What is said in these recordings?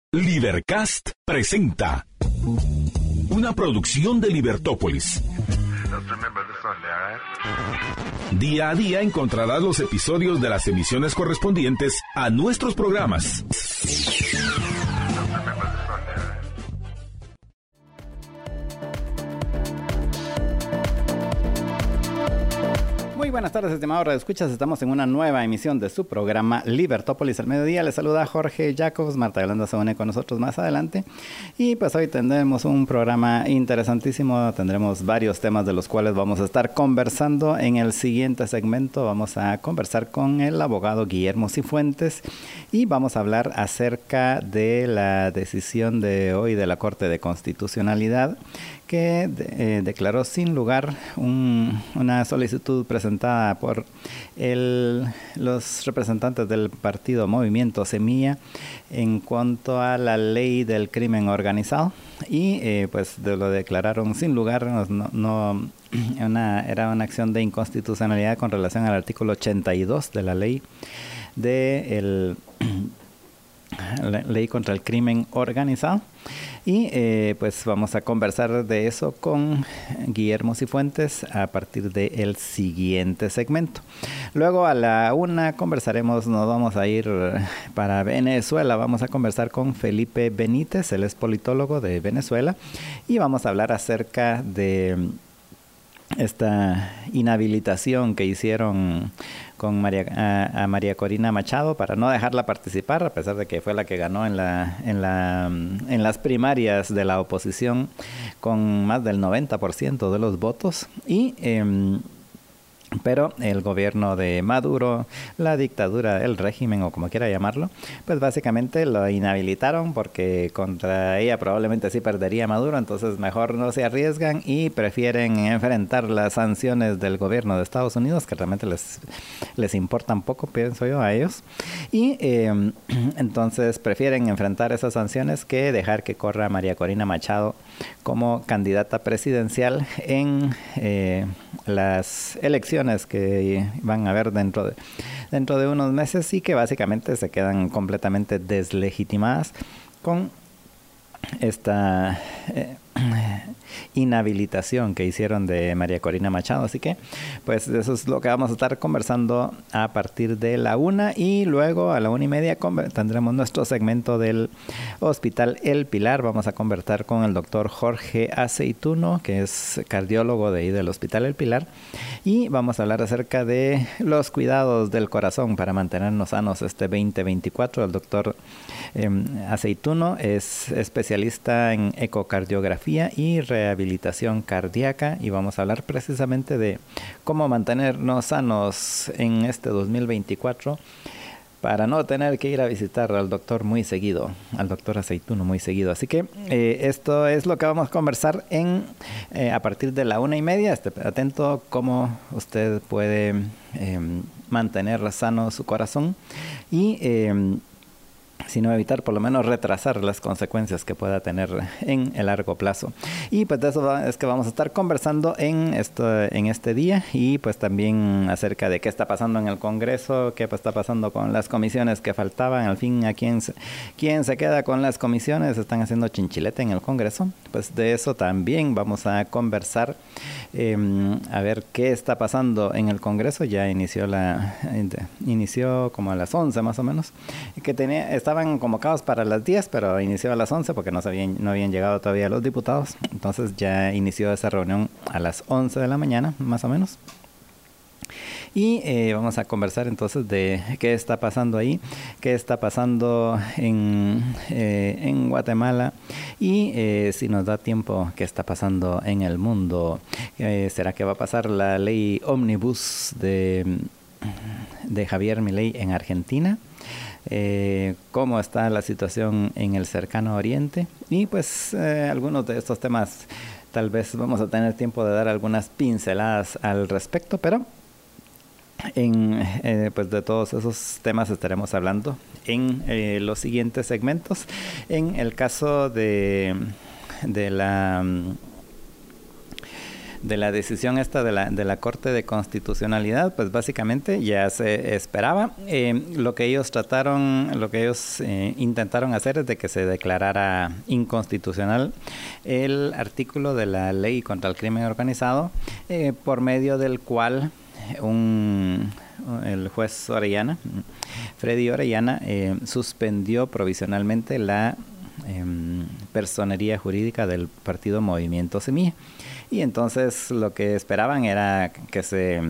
Libercast presenta una producción de Libertópolis. Día a día encontrarás los episodios de las emisiones correspondientes a nuestros programas. Muy buenas tardes, estimados radioescuchas. Estamos en una nueva emisión de su programa Libertópolis al mediodía. Les saluda Jorge Jacobs. Marta Yolanda se une con nosotros más adelante. Y pues hoy tendremos un programa interesantísimo. Tendremos varios temas de los cuales vamos a estar conversando. En el siguiente segmento vamos a conversar con el abogado Guillermo Cifuentes y vamos a hablar acerca de la decisión de hoy de la Corte de Constitucionalidad, que declaró sin lugar una solicitud presentada por los representantes del partido Movimiento Semilla en cuanto a la ley del crimen organizado, y pues lo declararon sin lugar. Era una acción de inconstitucionalidad con relación al artículo 82 de la ley la ley contra el crimen organizado. Y pues vamos a conversar de eso con Guillermo Cifuentes a partir del siguiente segmento. Luego a la 1 nos vamos a ir para Venezuela. Vamos a conversar con Felipe Benítez, él es politólogo de Venezuela, y vamos a hablar acerca de esta inhabilitación que hicieron con María Corina Machado para no dejarla participar, a pesar de que fue la que ganó en las primarias de la oposición con más del 90% de los votos. Pero el gobierno de Maduro, la dictadura, el régimen o como quiera llamarlo, pues básicamente lo inhabilitaron porque contra ella probablemente sí perdería Maduro. Entonces mejor no se arriesgan y prefieren enfrentar las sanciones del gobierno de Estados Unidos, que realmente les importan poco, pienso yo, a ellos. Y entonces prefieren enfrentar esas sanciones que dejar que corra María Corina Machado como candidata presidencial en las elecciones que van a haber dentro de unos meses, y que básicamente se quedan completamente deslegitimadas con esta inhabilitación que hicieron de María Corina Machado. Así que pues eso es lo que vamos a estar conversando a partir de la 1, y luego a la 1:30 tendremos nuestro segmento del Hospital El Pilar. Vamos a conversar con el doctor Jorge Aceituno, que es cardiólogo de ahí del Hospital El Pilar, y vamos a hablar acerca de los cuidados del corazón para mantenernos sanos este 2024. El doctor Aceituno es especialista en ecocardiografía y rehabilitación cardíaca, y vamos a hablar precisamente de cómo mantenernos sanos en este 2024 para no tener que ir a visitar al doctor al doctor Aceituno muy seguido. Así que esto es lo que vamos a conversar a partir de la 1:30. Esté atento cómo usted puede mantener sano su corazón y sino evitar, por lo menos retrasar las consecuencias que pueda tener en el largo plazo. Y pues de eso es que vamos a estar conversando en este día, y pues también acerca de qué está pasando en el Congreso, qué pues está pasando con las comisiones que faltaban. Al fin, ¿a quién se queda con las comisiones? Están haciendo chinchilete en el Congreso. Pues de eso también vamos a conversar, a ver qué está pasando en el Congreso. Ya inició como a las 11 más o menos, que estaban convocados para las 10, pero inició a las 11 porque no habían llegado todavía los diputados. Entonces ya inició esa reunión a las 11 de la mañana, más o menos. Y vamos a conversar entonces de qué está pasando ahí, qué está pasando en Guatemala, y si nos da tiempo, qué está pasando en el mundo. ¿Será que va a pasar la ley Omnibus de Javier Milei en Argentina? Cómo está la situación en el cercano oriente, y pues algunos de estos temas tal vez vamos a tener tiempo de dar algunas pinceladas al respecto, pero pues de todos esos temas estaremos hablando en los siguientes segmentos. En el caso de de la decisión esta de la Corte de Constitucionalidad, pues básicamente ya se esperaba. Lo que ellos intentaron hacer es de que se declarara inconstitucional el artículo de la Ley contra el Crimen Organizado, por medio del cual el juez Orellana, Freddy Orellana, suspendió provisionalmente la personería jurídica del partido Movimiento Semilla. Y entonces lo que esperaban era que se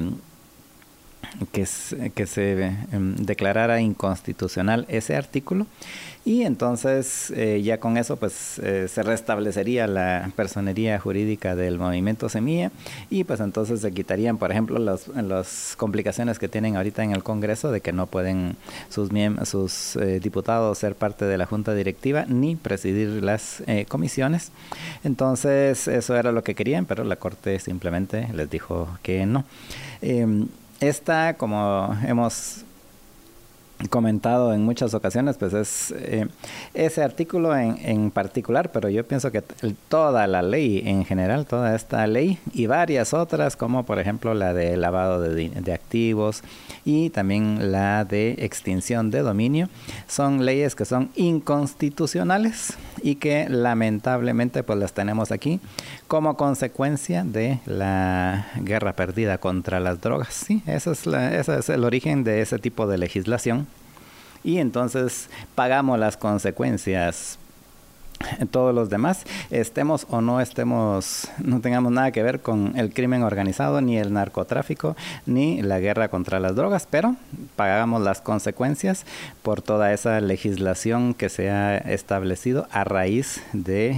declarara inconstitucional ese artículo, y entonces ya con eso pues se restablecería la personería jurídica del Movimiento Semilla, y pues entonces se quitarían, por ejemplo, las complicaciones que tienen ahorita en el Congreso de que no pueden sus diputados ser parte de la Junta Directiva ni presidir las comisiones. Entonces eso era lo que querían, pero la Corte simplemente les dijo que no. Esta, como hemos comentado en muchas ocasiones, pues es ese artículo en particular, pero yo pienso que toda la ley en general, toda esta ley y varias otras, como por ejemplo la de lavado de activos y también la de extinción de dominio, son leyes que son inconstitucionales y que lamentablemente pues las tenemos aquí como consecuencia de la guerra perdida contra las drogas. Sí, ese es el origen de ese tipo de legislación. Y entonces pagamos las consecuencias todos los demás, estemos o no estemos, no tengamos nada que ver con el crimen organizado, ni el narcotráfico, ni la guerra contra las drogas, pero pagamos las consecuencias por toda esa legislación que se ha establecido a raíz de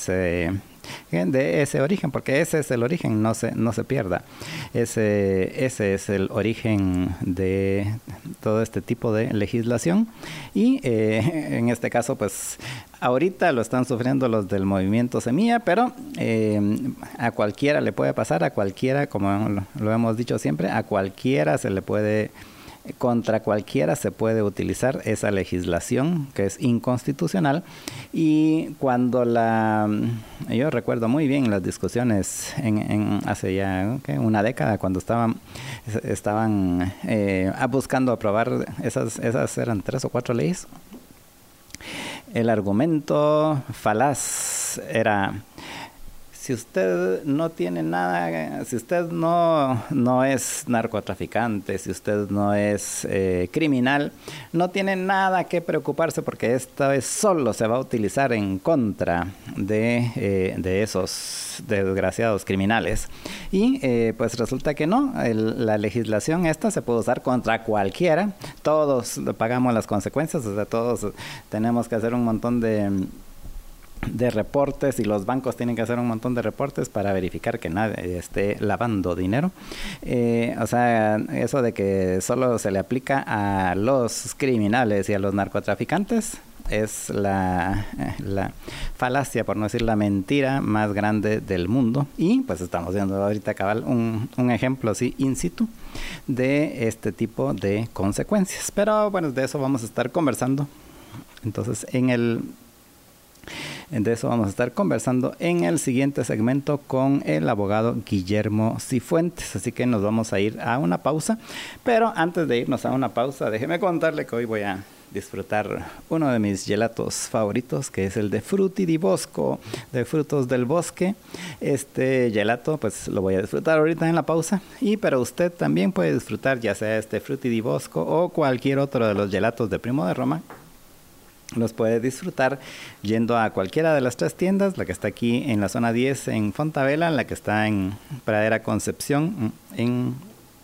ese origen, porque ese es el origen, no se pierda. Ese es el origen de todo este tipo de legislación, y en este caso pues ahorita lo están sufriendo los del Movimiento Semilla, pero a cualquiera le puede pasar, a cualquiera, como lo hemos dicho siempre, a cualquiera se le puede, contra cualquiera se puede utilizar esa legislación que es inconstitucional. Y cuando yo recuerdo muy bien las discusiones hace ya una década, cuando estaban buscando aprobar esas eran 3 o 4 leyes, el argumento falaz era: si usted no tiene nada, si usted no es narcotraficante, si usted no es criminal, no tiene nada que preocuparse, porque esta vez solo se va a utilizar en contra de esos desgraciados criminales. Y pues resulta que no, la legislación esta se puede usar contra cualquiera. Todos pagamos las consecuencias, o sea, todos tenemos que hacer un montón de reportes, y los bancos tienen que hacer un montón de reportes para verificar que nadie esté lavando dinero. O sea, eso de que solo se le aplica a los criminales y a los narcotraficantes es la falacia, por no decir la mentira más grande del mundo. Y pues estamos viendo ahorita cabal un ejemplo así in situ de este tipo de consecuencias. Pero bueno, de eso vamos a estar conversando. Entonces de eso vamos a estar conversando en el siguiente segmento con el abogado Guillermo Cifuentes. Así que nos vamos a ir a una pausa. Pero antes de irnos a una pausa, déjeme contarle que hoy voy a disfrutar uno de mis gelatos favoritos, que es el de Frutti di Bosco, de frutos del bosque. Este gelato pues lo voy a disfrutar ahorita en la pausa, pero usted también puede disfrutar ya sea este Frutti di Bosco o cualquier otro de los gelatos de Primo de Roma. Los puede disfrutar yendo a cualquiera de las 3 tiendas, la que está aquí en la zona 10 en Fontavela, la que está en Pradera Concepción, en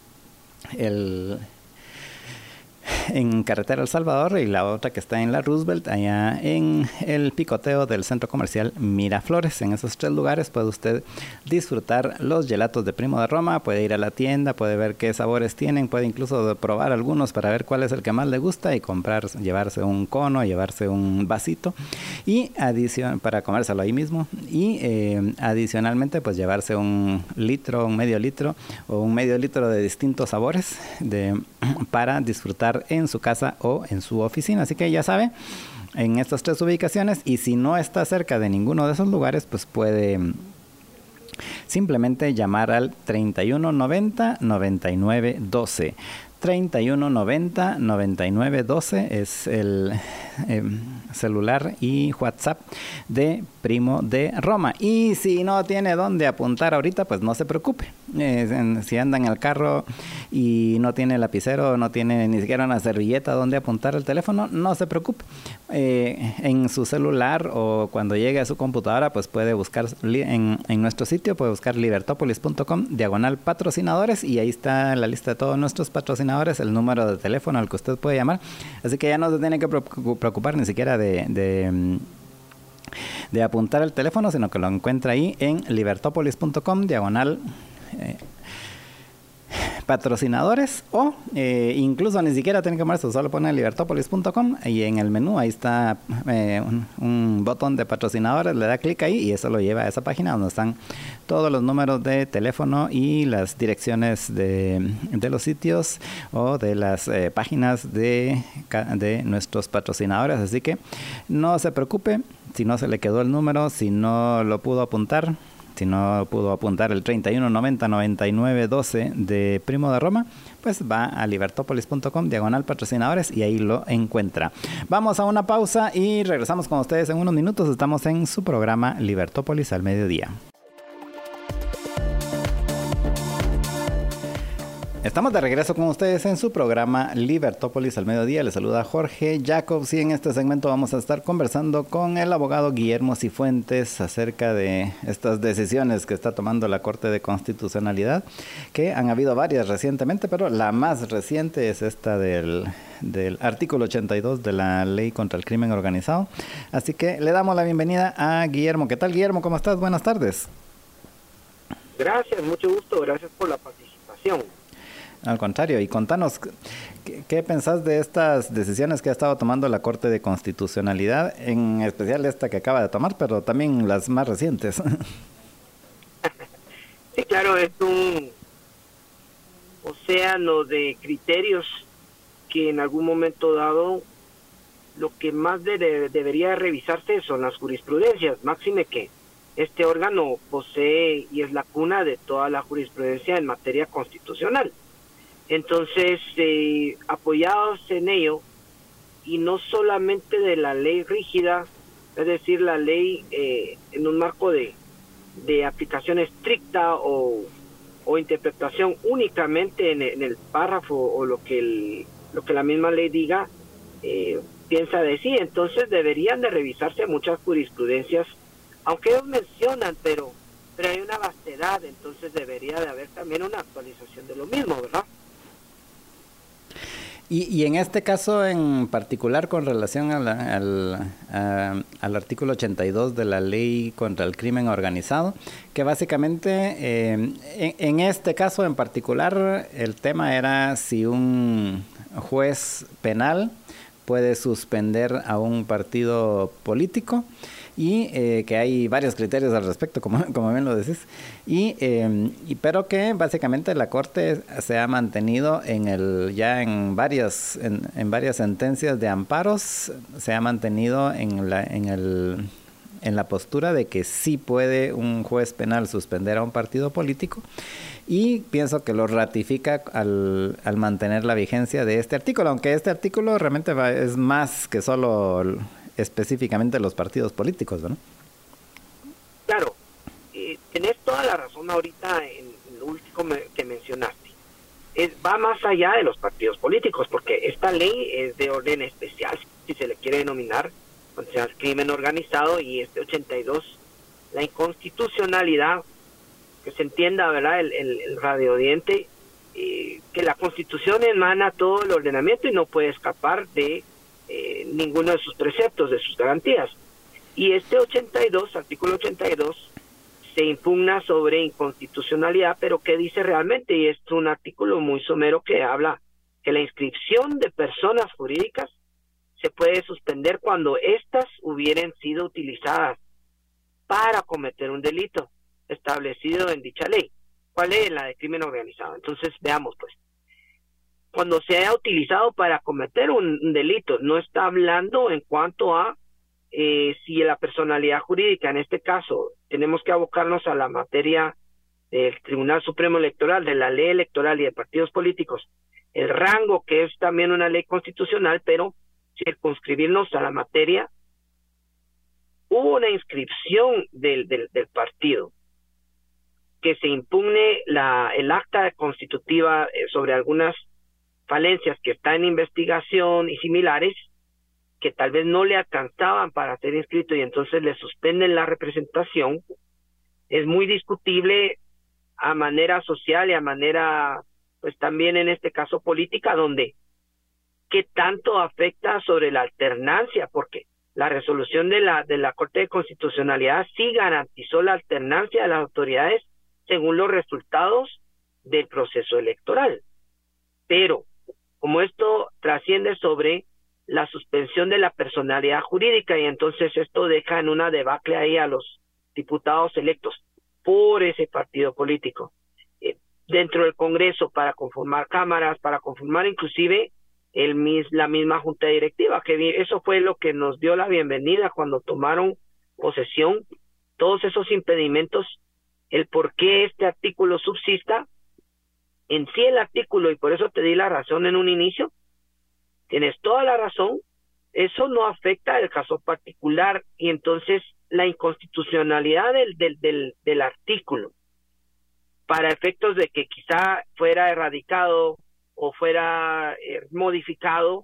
Carretera El Salvador, y la otra que está en la Roosevelt, allá en el picoteo del centro comercial Miraflores. En esos 3 lugares puede usted disfrutar los gelatos de Primo de Roma. Puede ir a la tienda, puede ver qué sabores tienen, puede incluso probar algunos para ver cuál es el que más le gusta y llevarse un cono, llevarse un vasito y para comérselo ahí mismo, y adicionalmente pues llevarse un medio litro o un medio litro de distintos sabores para disfrutar en su casa o en su oficina. Así que ya sabe, en estas 3 ubicaciones, y si no está cerca de ninguno de esos lugares, pues puede simplemente llamar al 3190-9912. 3190-9912 es el celular y WhatsApp de Primo de Roma. Y si no tiene dónde apuntar ahorita, pues no se preocupe. Si anda en el carro y no tiene lapicero, no tiene ni siquiera una servilleta donde apuntar el teléfono, no se preocupe. En su celular o cuando llegue a su computadora, pues puede buscar en nuestro sitio, puede buscar libertopolis.com/patrocinadores, y ahí está la lista de todos nuestros patrocinadores, el número de teléfono al que usted puede llamar. Así que ya no se tiene que preocupar ni siquiera de apuntar el teléfono, sino que lo encuentra ahí en libertopolis.com/patrocinadores, o incluso ni siquiera tiene que moverse, solo pone libertopolis.com y en el menú ahí está un botón de patrocinadores, le da clic ahí y eso lo lleva a esa página donde están todos los números de teléfono y las direcciones de los sitios o de las páginas de nuestros patrocinadores. Así que no se preocupe si no se le quedó el número, si no lo pudo apuntar. Si no pudo apuntar el 3190-9912 de Primo de Roma, pues va a libertopolis.com/patrocinadores y ahí lo encuentra. Vamos a una pausa y regresamos con ustedes en unos minutos. Estamos en su programa Libertópolis al mediodía. Estamos de regreso con ustedes en su programa Libertópolis al mediodía. Les saluda Jorge Jacobs y en este segmento vamos a estar conversando con el abogado Guillermo Cifuentes acerca de estas decisiones que está tomando la Corte de Constitucionalidad, que han habido varias recientemente, pero la más reciente es esta del artículo 82 de la Ley contra el Crimen Organizado. Así que le damos la bienvenida a Guillermo. ¿Qué tal, Guillermo? ¿Cómo estás? Buenas tardes. Gracias, mucho gusto. Gracias por la participación. Al contrario, y contanos, ¿qué pensás de estas decisiones que ha estado tomando la Corte de Constitucionalidad, en especial esta que acaba de tomar, pero también las más recientes? Sí, claro, es un océano de criterios que en algún momento dado lo que más debería revisarse son las jurisprudencias, máxime que este órgano posee y es la cuna de toda la jurisprudencia en materia constitucional. Entonces, apoyados en ello, y no solamente de la ley rígida, es decir, la ley en un marco de aplicación estricta o interpretación únicamente en el párrafo o lo que la misma ley diga, piensa decir. Entonces deberían de revisarse muchas jurisprudencias, aunque ellos mencionan, pero hay una vastedad, entonces debería de haber también una actualización de lo mismo, ¿verdad? Y en este caso en particular con relación al artículo 82 de la Ley contra el Crimen Organizado, que básicamente en este caso en particular el tema era si un juez penal puede suspender a un partido político, y que hay varios criterios al respecto, como bien lo decís, pero que básicamente la Corte se ha mantenido en varias sentencias de amparos, se ha mantenido en la postura de que sí puede un juez penal suspender a un partido político, y pienso que lo ratifica al mantener la vigencia de este artículo, aunque este artículo realmente es más que solo específicamente los partidos políticos, ¿no? Claro, tenés toda la razón ahorita en lo último que mencionaste. Va más allá de los partidos políticos, porque esta ley es de orden especial, si se le quiere denominar, contra el crimen organizado, y este 82, la inconstitucionalidad, que se entienda, ¿verdad?, el radioaudiente, que la Constitución emana todo el ordenamiento y no puede escapar de ninguno de sus preceptos, de sus garantías. Y este 82, artículo 82, se impugna sobre inconstitucionalidad, pero ¿qué dice realmente? Y es un artículo muy somero que habla que la inscripción de personas jurídicas se puede suspender cuando éstas hubieran sido utilizadas para cometer un delito establecido en dicha ley. ¿Cuál es? La de crimen organizado. Entonces, veamos pues. Cuando se haya utilizado para cometer un delito, no está hablando en cuanto a si la personalidad jurídica, en este caso, tenemos que abocarnos a la materia del Tribunal Supremo Electoral, de la ley electoral y de partidos políticos, el rango que es también una ley constitucional, pero circunscribirnos a la materia, hubo una inscripción del partido que se impugne el acta constitutiva sobre algunas falencias que está en investigación y similares, que tal vez no le alcanzaban para ser inscrito y entonces le suspenden la representación. Es muy discutible a manera social y a manera, pues también en este caso política, donde qué tanto afecta sobre la alternancia, porque la resolución de la Corte de Constitucionalidad sí garantizó la alternancia de las autoridades según los resultados del proceso electoral. Pero como esto trasciende sobre la suspensión de la personalidad jurídica y entonces esto deja en una debacle ahí a los diputados electos por ese partido político dentro del Congreso para conformar cámaras, para conformar inclusive la misma junta directiva, que eso fue lo que nos dio la bienvenida cuando tomaron posesión, todos esos impedimentos, el por qué este artículo subsista. En sí el artículo, y por eso te di la razón en un inicio, tienes toda la razón, eso no afecta el caso particular y entonces la inconstitucionalidad del artículo para efectos de que quizá fuera erradicado o fuera modificado,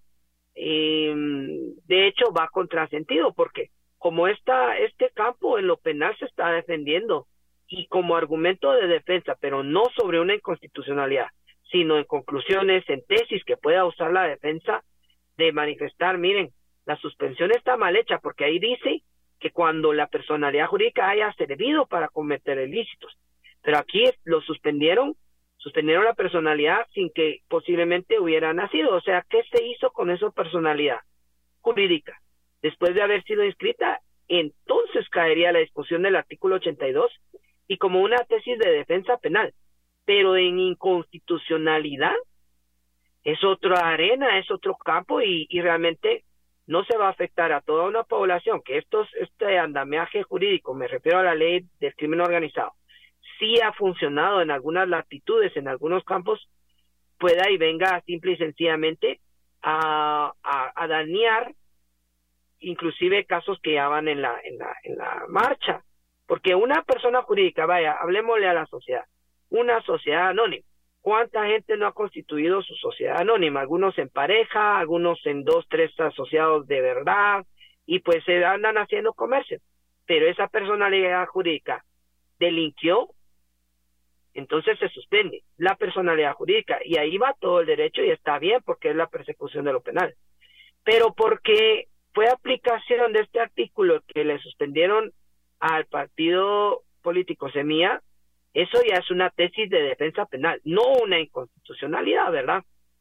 de hecho va contrasentido porque como este campo en lo penal se está defendiendo y como argumento de defensa, pero no sobre una inconstitucionalidad, sino en conclusiones, en tesis que pueda usar la defensa de manifestar, miren, la suspensión está mal hecha porque ahí dice que cuando la personalidad jurídica haya servido para cometer ilícitos, pero aquí lo suspendieron la personalidad sin que posiblemente hubiera nacido. O sea, ¿qué se hizo con esa personalidad jurídica? Después de haber sido inscrita, entonces caería la disposición del artículo 82 y como una tesis de defensa penal. Pero en inconstitucionalidad es otra arena, es otro campo y realmente no se va a afectar a toda una población que este andamiaje jurídico, me refiero a la ley del crimen organizado, sí ha funcionado en algunas latitudes, en algunos campos, pueda y venga simple y sencillamente a dañar inclusive casos que ya van en la marcha. Porque una persona jurídica, vaya, hablemosle a la sociedad, una sociedad anónima. ¿Cuánta gente no ha constituido su sociedad anónima? Algunos en pareja, algunos en 2, 3 asociados de verdad, y pues se andan haciendo comercio. Pero esa personalidad jurídica delinquió, entonces se suspende la personalidad jurídica, y ahí va todo el derecho, y está bien, porque es la persecución de lo penal. Pero porque fue aplicación de este artículo que le suspendieron al partido político Semilla, eso ya es una tesis de defensa penal, no una inconstitucionalidad, ¿verdad?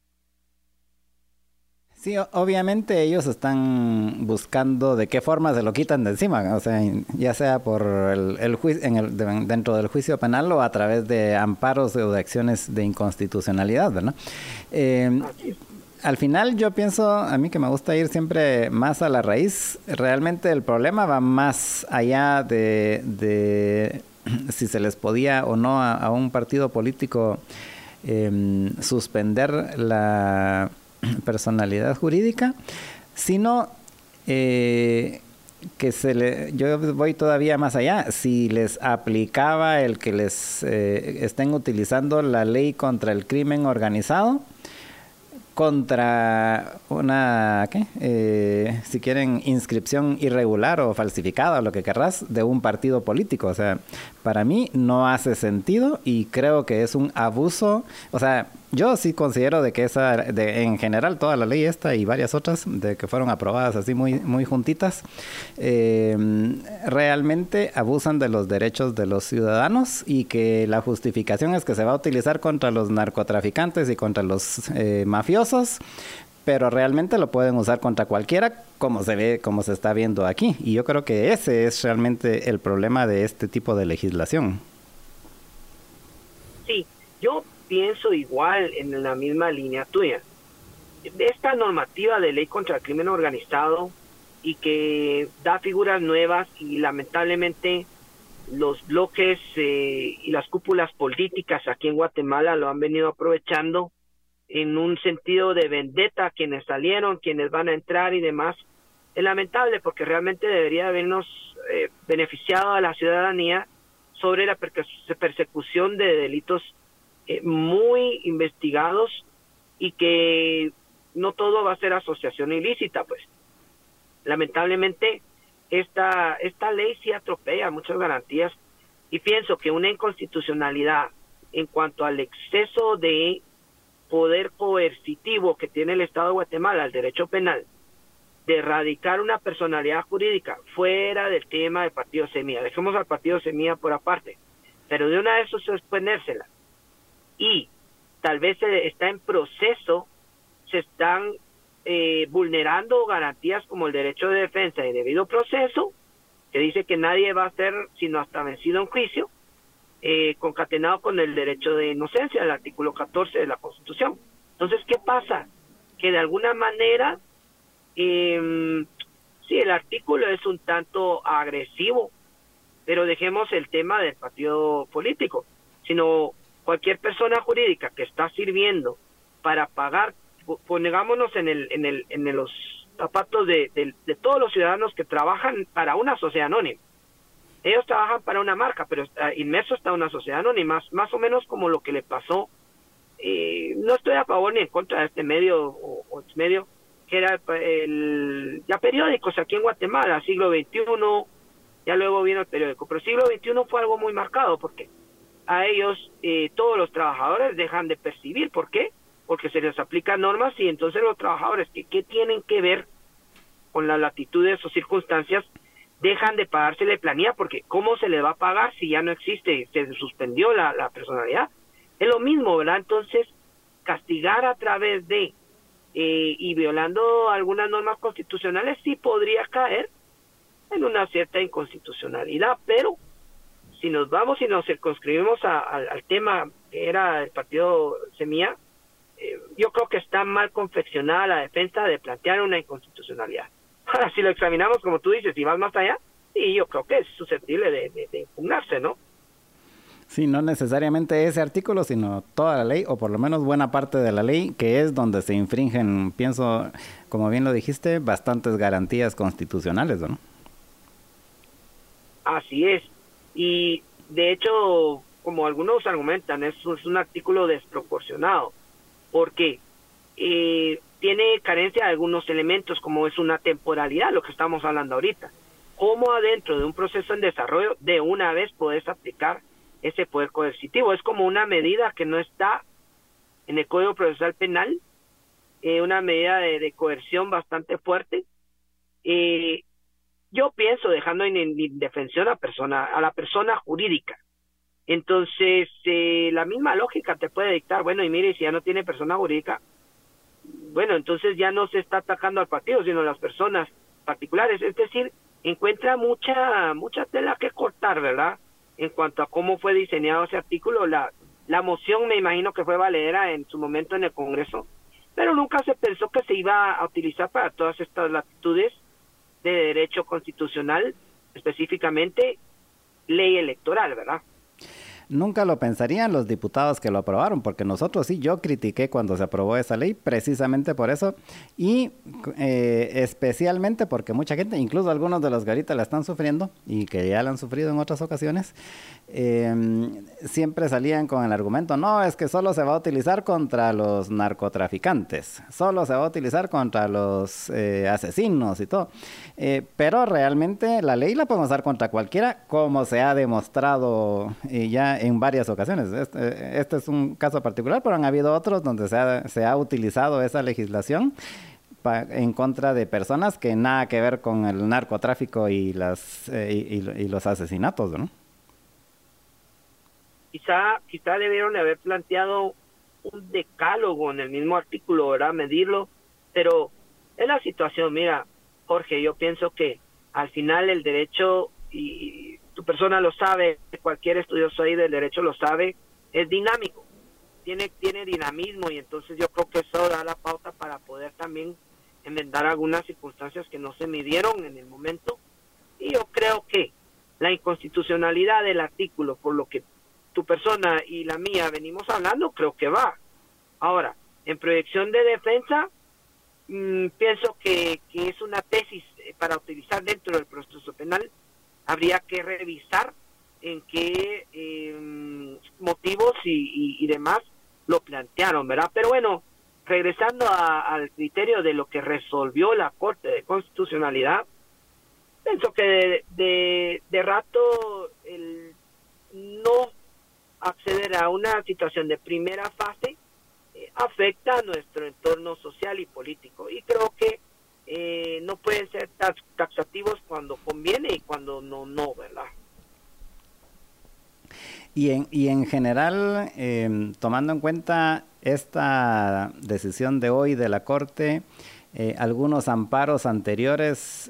Sí, obviamente ellos están buscando de qué forma se lo quitan de encima, o sea, ya sea por el juicio, dentro del juicio penal o a través de amparos o de acciones de inconstitucionalidad, ¿verdad? Al final yo pienso, a mí que me gusta ir siempre más a la raíz, realmente el problema va más allá de si se les podía o no a un partido político suspender la personalidad jurídica, sino yo voy todavía más allá, si les aplicaba el que les estén utilizando la ley contra el crimen organizado contra una, si quieren, inscripción irregular o falsificada o lo que querrás de un partido político. O sea, para mí no hace sentido y creo que es un abuso. O sea, yo sí considero de que en general toda la ley esta y varias otras de que fueron aprobadas así muy, muy juntitas, realmente abusan de los derechos de los ciudadanos y que la justificación es que se va a utilizar contra los narcotraficantes y contra los mafiosos, pero realmente lo pueden usar contra cualquiera, como se está viendo aquí. Y yo creo que ese es realmente el problema de este tipo de legislación. Sí, yo pienso igual en la misma línea tuya. Esta normativa de ley contra el crimen organizado y que da figuras nuevas, y lamentablemente los bloques y las cúpulas políticas aquí en Guatemala lo han venido aprovechando en un sentido de vendetta, quienes salieron, quienes van a entrar y demás. Es lamentable, porque realmente debería habernos beneficiado a la ciudadanía sobre la persecución de delitos muy investigados, y que no todo va a ser asociación ilícita. Pues lamentablemente esta ley sí atropella muchas garantías, y pienso que una inconstitucionalidad en cuanto al exceso de poder coercitivo que tiene el Estado de Guatemala al derecho penal, de erradicar una personalidad jurídica fuera del tema del partido Semilla. Dejemos al partido Semilla por aparte, pero de una vez suspendérsela, y tal vez está en proceso, se están vulnerando garantías como el derecho de defensa y debido proceso, que dice que nadie va a ser sino hasta vencido en juicio, concatenado con el derecho de inocencia, el artículo 14 de la Constitución. Entonces, ¿qué pasa? Que de alguna manera, sí, el artículo es un tanto agresivo, pero dejemos el tema del partido político, sino cualquier persona jurídica que está sirviendo para pagar, pongámonos en los zapatos de todos los ciudadanos que trabajan para una sociedad anónima. Ellos trabajan para una marca, pero inmerso está una sociedad anónima, más o menos como lo que le pasó. No estoy a favor ni en contra de este medio o exmedio, que era ya periódicos aquí en Guatemala, siglo XXI, ya luego vino el periódico, pero siglo XXI fue algo muy marcado, porque a ellos todos los trabajadores dejan de percibir. ¿Por qué? Porque se les aplican normas, y entonces los trabajadores que tienen que ver con las latitudes o circunstancias dejan de pagársele planilla, porque ¿cómo se le va a pagar si ya no existe, se suspendió la personalidad? Es lo mismo, ¿verdad? Entonces, castigar a través de y violando algunas normas constitucionales sí podría caer en una cierta inconstitucionalidad, pero si nos vamos y nos circunscribimos al tema que era el partido Semilla, yo creo que está mal confeccionada la defensa de plantear una inconstitucionalidad. Ahora, si lo examinamos como tú dices y vas más allá, sí, yo creo que es susceptible de impugnarse, ¿no? Sí, no necesariamente ese artículo, sino toda la ley, o por lo menos buena parte de la ley, que es donde se infringen, pienso, como bien lo dijiste, bastantes garantías constitucionales, ¿no? Así es. Y de hecho, como algunos argumentan, es un artículo desproporcionado, porque tiene carencia de algunos elementos, como es una temporalidad, lo que estamos hablando ahorita. ¿Cómo adentro de un proceso en desarrollo de una vez podés aplicar ese poder coercitivo? Es como una medida que no está en el Código Procesal Penal, una medida de coerción bastante fuerte. Yo pienso dejando en indefensión a la persona jurídica. Entonces, la misma lógica te puede dictar, bueno, y mire, si ya no tiene persona jurídica, bueno, entonces ya no se está atacando al partido, sino a las personas particulares. Es decir, encuentra mucha tela que cortar, ¿verdad? En cuanto a cómo fue diseñado ese artículo. La moción me imagino que fue valedera en su momento en el Congreso, pero nunca se pensó que se iba a utilizar para todas estas latitudes de derecho constitucional, específicamente ley electoral, ¿verdad? Nunca lo pensarían los diputados que lo aprobaron, porque nosotros sí, yo critiqué cuando se aprobó esa ley precisamente por eso, y especialmente porque mucha gente, incluso algunos de los que ahorita la están sufriendo y que ya la han sufrido en otras ocasiones, siempre salían con el argumento, no, es que solo se va a utilizar contra los narcotraficantes, solo se va a utilizar contra los asesinos y todo, pero realmente la ley la podemos usar contra cualquiera, como se ha demostrado ya en varias ocasiones. Este es un caso particular, pero han habido otros donde se ha utilizado esa legislación en contra de personas que nada que ver con el narcotráfico y los asesinatos, ¿no? Quizá debieron de haber planteado un decálogo en el mismo artículo, ¿verdad? Medirlo, pero es la situación. Mira, Jorge, yo pienso que al final el derecho, y tu persona lo sabe, cualquier estudioso ahí del derecho lo sabe, es dinámico, tiene dinamismo, y entonces yo creo que eso da la pauta para poder también enmendar algunas circunstancias que no se midieron en el momento. Y yo creo que la inconstitucionalidad del artículo, por lo que tu persona y la mía venimos hablando, creo que va. Ahora, en proyección de defensa, pienso que es una tesis para utilizar dentro del proceso penal. Habría que revisar en qué motivos y demás lo plantearon, ¿verdad? Pero bueno, regresando al criterio de lo que resolvió la Corte de Constitucionalidad, pienso que de rato el no acceder a una situación de primera fase afecta a nuestro entorno social y político, y creo que no pueden ser taxativos cuando conviene y cuando no, ¿verdad? Y en general, tomando en cuenta esta decisión de hoy de la Corte, algunos amparos anteriores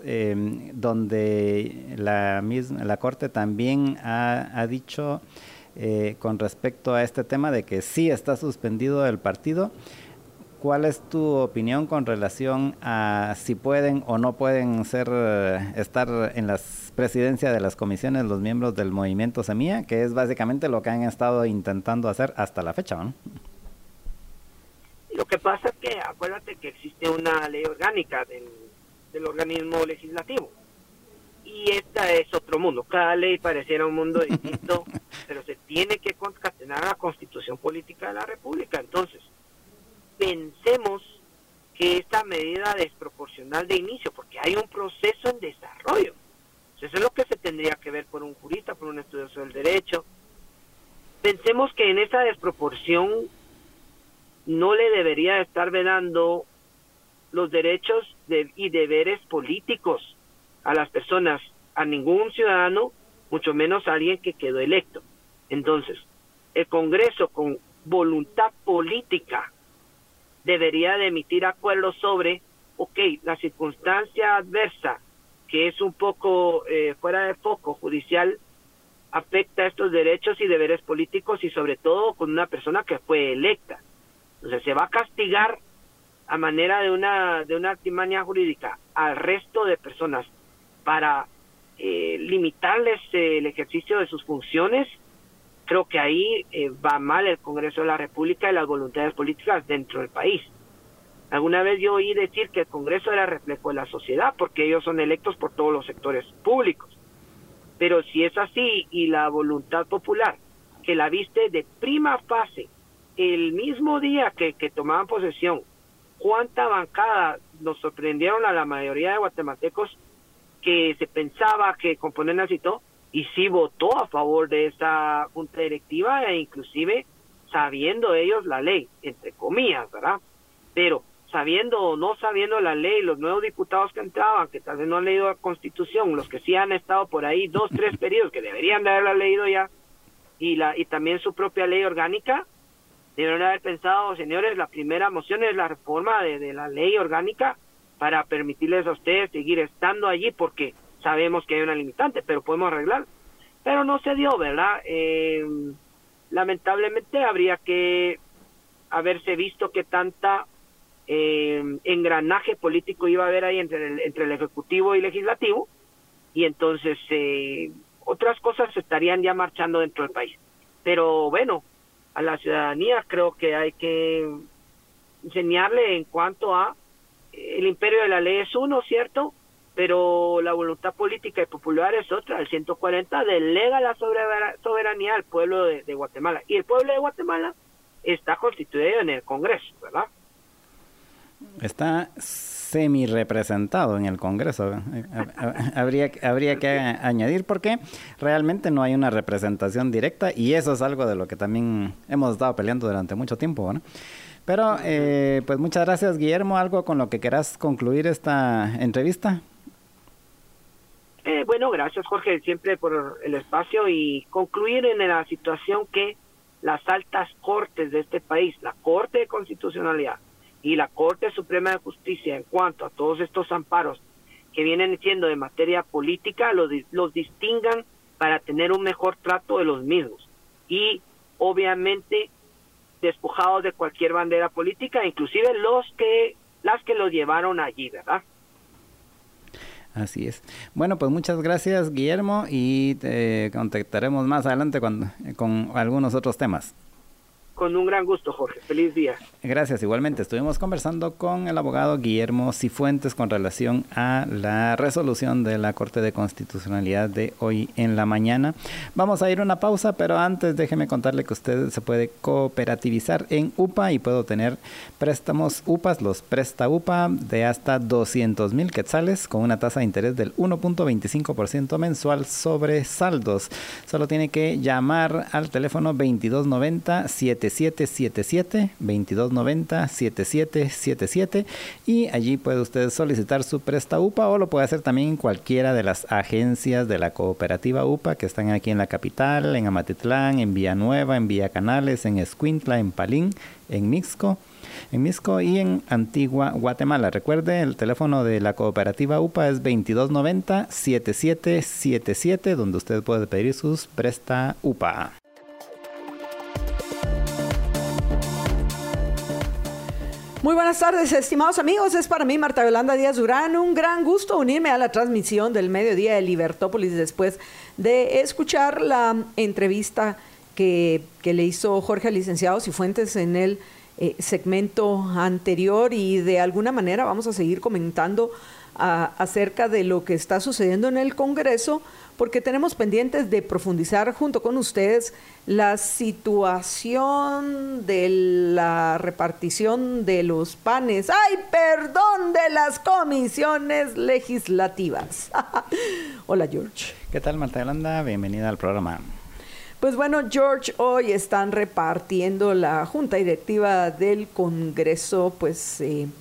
donde la Corte también ha dicho con respecto a este tema de que sí está suspendido el partido, ¿cuál es tu opinión con relación a si pueden o no pueden estar en la presidencia de las comisiones los miembros del movimiento Semilla, que es básicamente lo que han estado intentando hacer hasta la fecha, ¿no? Lo que pasa es que acuérdate que existe una ley orgánica del organismo legislativo, y esta es otro mundo. Cada ley pareciera un mundo distinto, pero se tiene que concatenar a la Constitución Política de la República. Entonces, pensemos que esta medida desproporcional de inicio, porque hay un proceso en desarrollo, eso es lo que se tendría que ver por un jurista, por un estudioso del derecho. Pensemos que en esa desproporción no le debería estar vedando los derechos y deberes políticos a las personas, a ningún ciudadano, mucho menos a alguien que quedó electo. Entonces, el Congreso con voluntad política debería de emitir acuerdos sobre, la circunstancia adversa, que es un poco fuera de foco judicial, afecta estos derechos y deberes políticos, y sobre todo con una persona que fue electa. Entonces se va a castigar a manera de una artimaña jurídica al resto de personas para limitarles el ejercicio de sus funciones. Creo que ahí va mal el Congreso de la República y las voluntades políticas dentro del país. Alguna vez yo oí decir que el Congreso era reflejo de la sociedad porque ellos son electos por todos los sectores públicos. Pero si es así y la voluntad popular, que la viste de prima fase el mismo día que tomaban posesión, cuánta bancada nos sorprendieron a la mayoría de guatemaltecos que se pensaba que componen así todo, y sí votó a favor de esa junta directiva, e inclusive sabiendo ellos la ley, entre comillas, ¿verdad? Pero sabiendo o no sabiendo la ley, los nuevos diputados que entraban, que tal vez no han leído la Constitución, los que sí han estado por ahí 2, 3 periodos, que deberían de haberla leído ya, y también su propia ley orgánica, deberían haber pensado, señores, la primera moción es la reforma de la ley orgánica para permitirles a ustedes seguir estando allí, porque sabemos que hay una limitante, pero podemos arreglar. Pero no se dio, ¿verdad? Lamentablemente habría que haberse visto que tanta engranaje político iba a haber ahí entre el Ejecutivo y Legislativo, y entonces otras cosas estarían ya marchando dentro del país. Pero bueno, a la ciudadanía creo que hay que enseñarle en cuanto a el imperio de la ley es uno, ¿cierto? Pero la voluntad política y popular es otra. El 140 delega la soberanía al pueblo de Guatemala, y el pueblo de Guatemala está constituido en el Congreso, ¿verdad? Está semi-representado en el Congreso. Habría que añadir, porque realmente no hay una representación directa, y eso es algo de lo que también hemos estado peleando durante mucho tiempo, ¿no? Pero, pues muchas gracias, Guillermo. ¿Algo con lo que quieras concluir esta entrevista? Bueno, gracias, Jorge, siempre por el espacio, y concluir en la situación que las altas cortes de este país, la Corte de Constitucionalidad y la Corte Suprema de Justicia, en cuanto a todos estos amparos que vienen siendo de materia política, los distingan para tener un mejor trato de los mismos, y obviamente despojados de cualquier bandera política, inclusive los que las que los llevaron allí, ¿verdad? Así es. Bueno, pues muchas gracias, Guillermo, y te contactaremos más adelante con algunos otros temas. Con un gran gusto, Jorge. Feliz día. Gracias. Igualmente, estuvimos conversando con el abogado Guillermo Cifuentes con relación a la resolución de la Corte de Constitucionalidad de hoy en la mañana. Vamos a ir a una pausa, pero antes déjeme contarle que usted se puede cooperativizar en UPA y puede obtener préstamos UPAs, los Presta UPA, de hasta 200,000 quetzales con una tasa de interés del 1.25% mensual sobre saldos. Solo tiene que llamar al teléfono 2290-7777, 2290-7777, y allí puede usted solicitar su Presta UPA, o lo puede hacer también en cualquiera de las agencias de la cooperativa UPA que están aquí en la capital, en Amatitlán, en Villanueva, en Villa Canales, en Escuintla, en Palín, en Mixco y en Antigua Guatemala. Recuerde, el teléfono de la cooperativa UPA es 2290-7777, donde usted puede pedir sus Presta UPA. Muy buenas tardes, estimados amigos. Es para mí, Marta Yolanda Díaz Durán, un gran gusto unirme a la transmisión del mediodía de Libertópolis después de escuchar la entrevista que le hizo Jorge al licenciado Cifuentes en el segmento anterior, y de alguna manera vamos a seguir comentando acerca de lo que está sucediendo en el Congreso, porque tenemos pendientes de profundizar junto con ustedes la situación de la repartición de los panes, de las comisiones legislativas. Hola, George. ¿Qué tal, Marta Yolanda? Bienvenida al programa. Pues bueno, George, hoy están repartiendo la Junta Directiva del Congreso, pues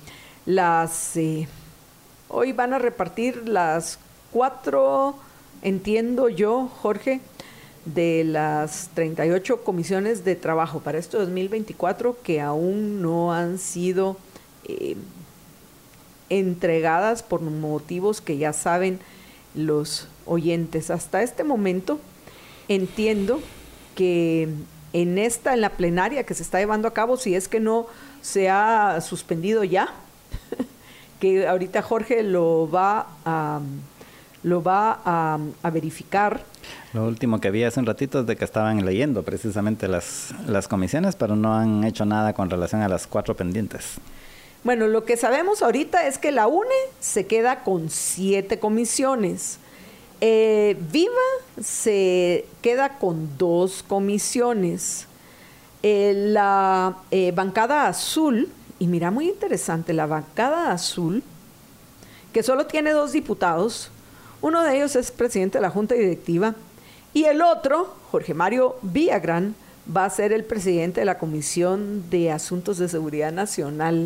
hoy van a repartir las 4, entiendo yo, Jorge, de las 38 comisiones de trabajo para este 2024 que aún no han sido entregadas por motivos que ya saben los oyentes. Hasta este momento entiendo que en la plenaria que se está llevando a cabo, si es que no se ha suspendido ya, que ahorita Jorge lo va a verificar. Lo último que vi hace un ratito es de que estaban leyendo precisamente las comisiones, pero no han hecho nada con relación a las 4 pendientes. Bueno, lo que sabemos ahorita es que la UNE se queda con 7 comisiones. Viva se queda con 2 comisiones. La bancada azul, y mira, muy interesante, la bancada azul, que solo tiene 2 diputados, uno de ellos es presidente de la Junta Directiva, y el otro, Jorge Mario Villagrán, va a ser el presidente de la Comisión de Asuntos de Seguridad Nacional.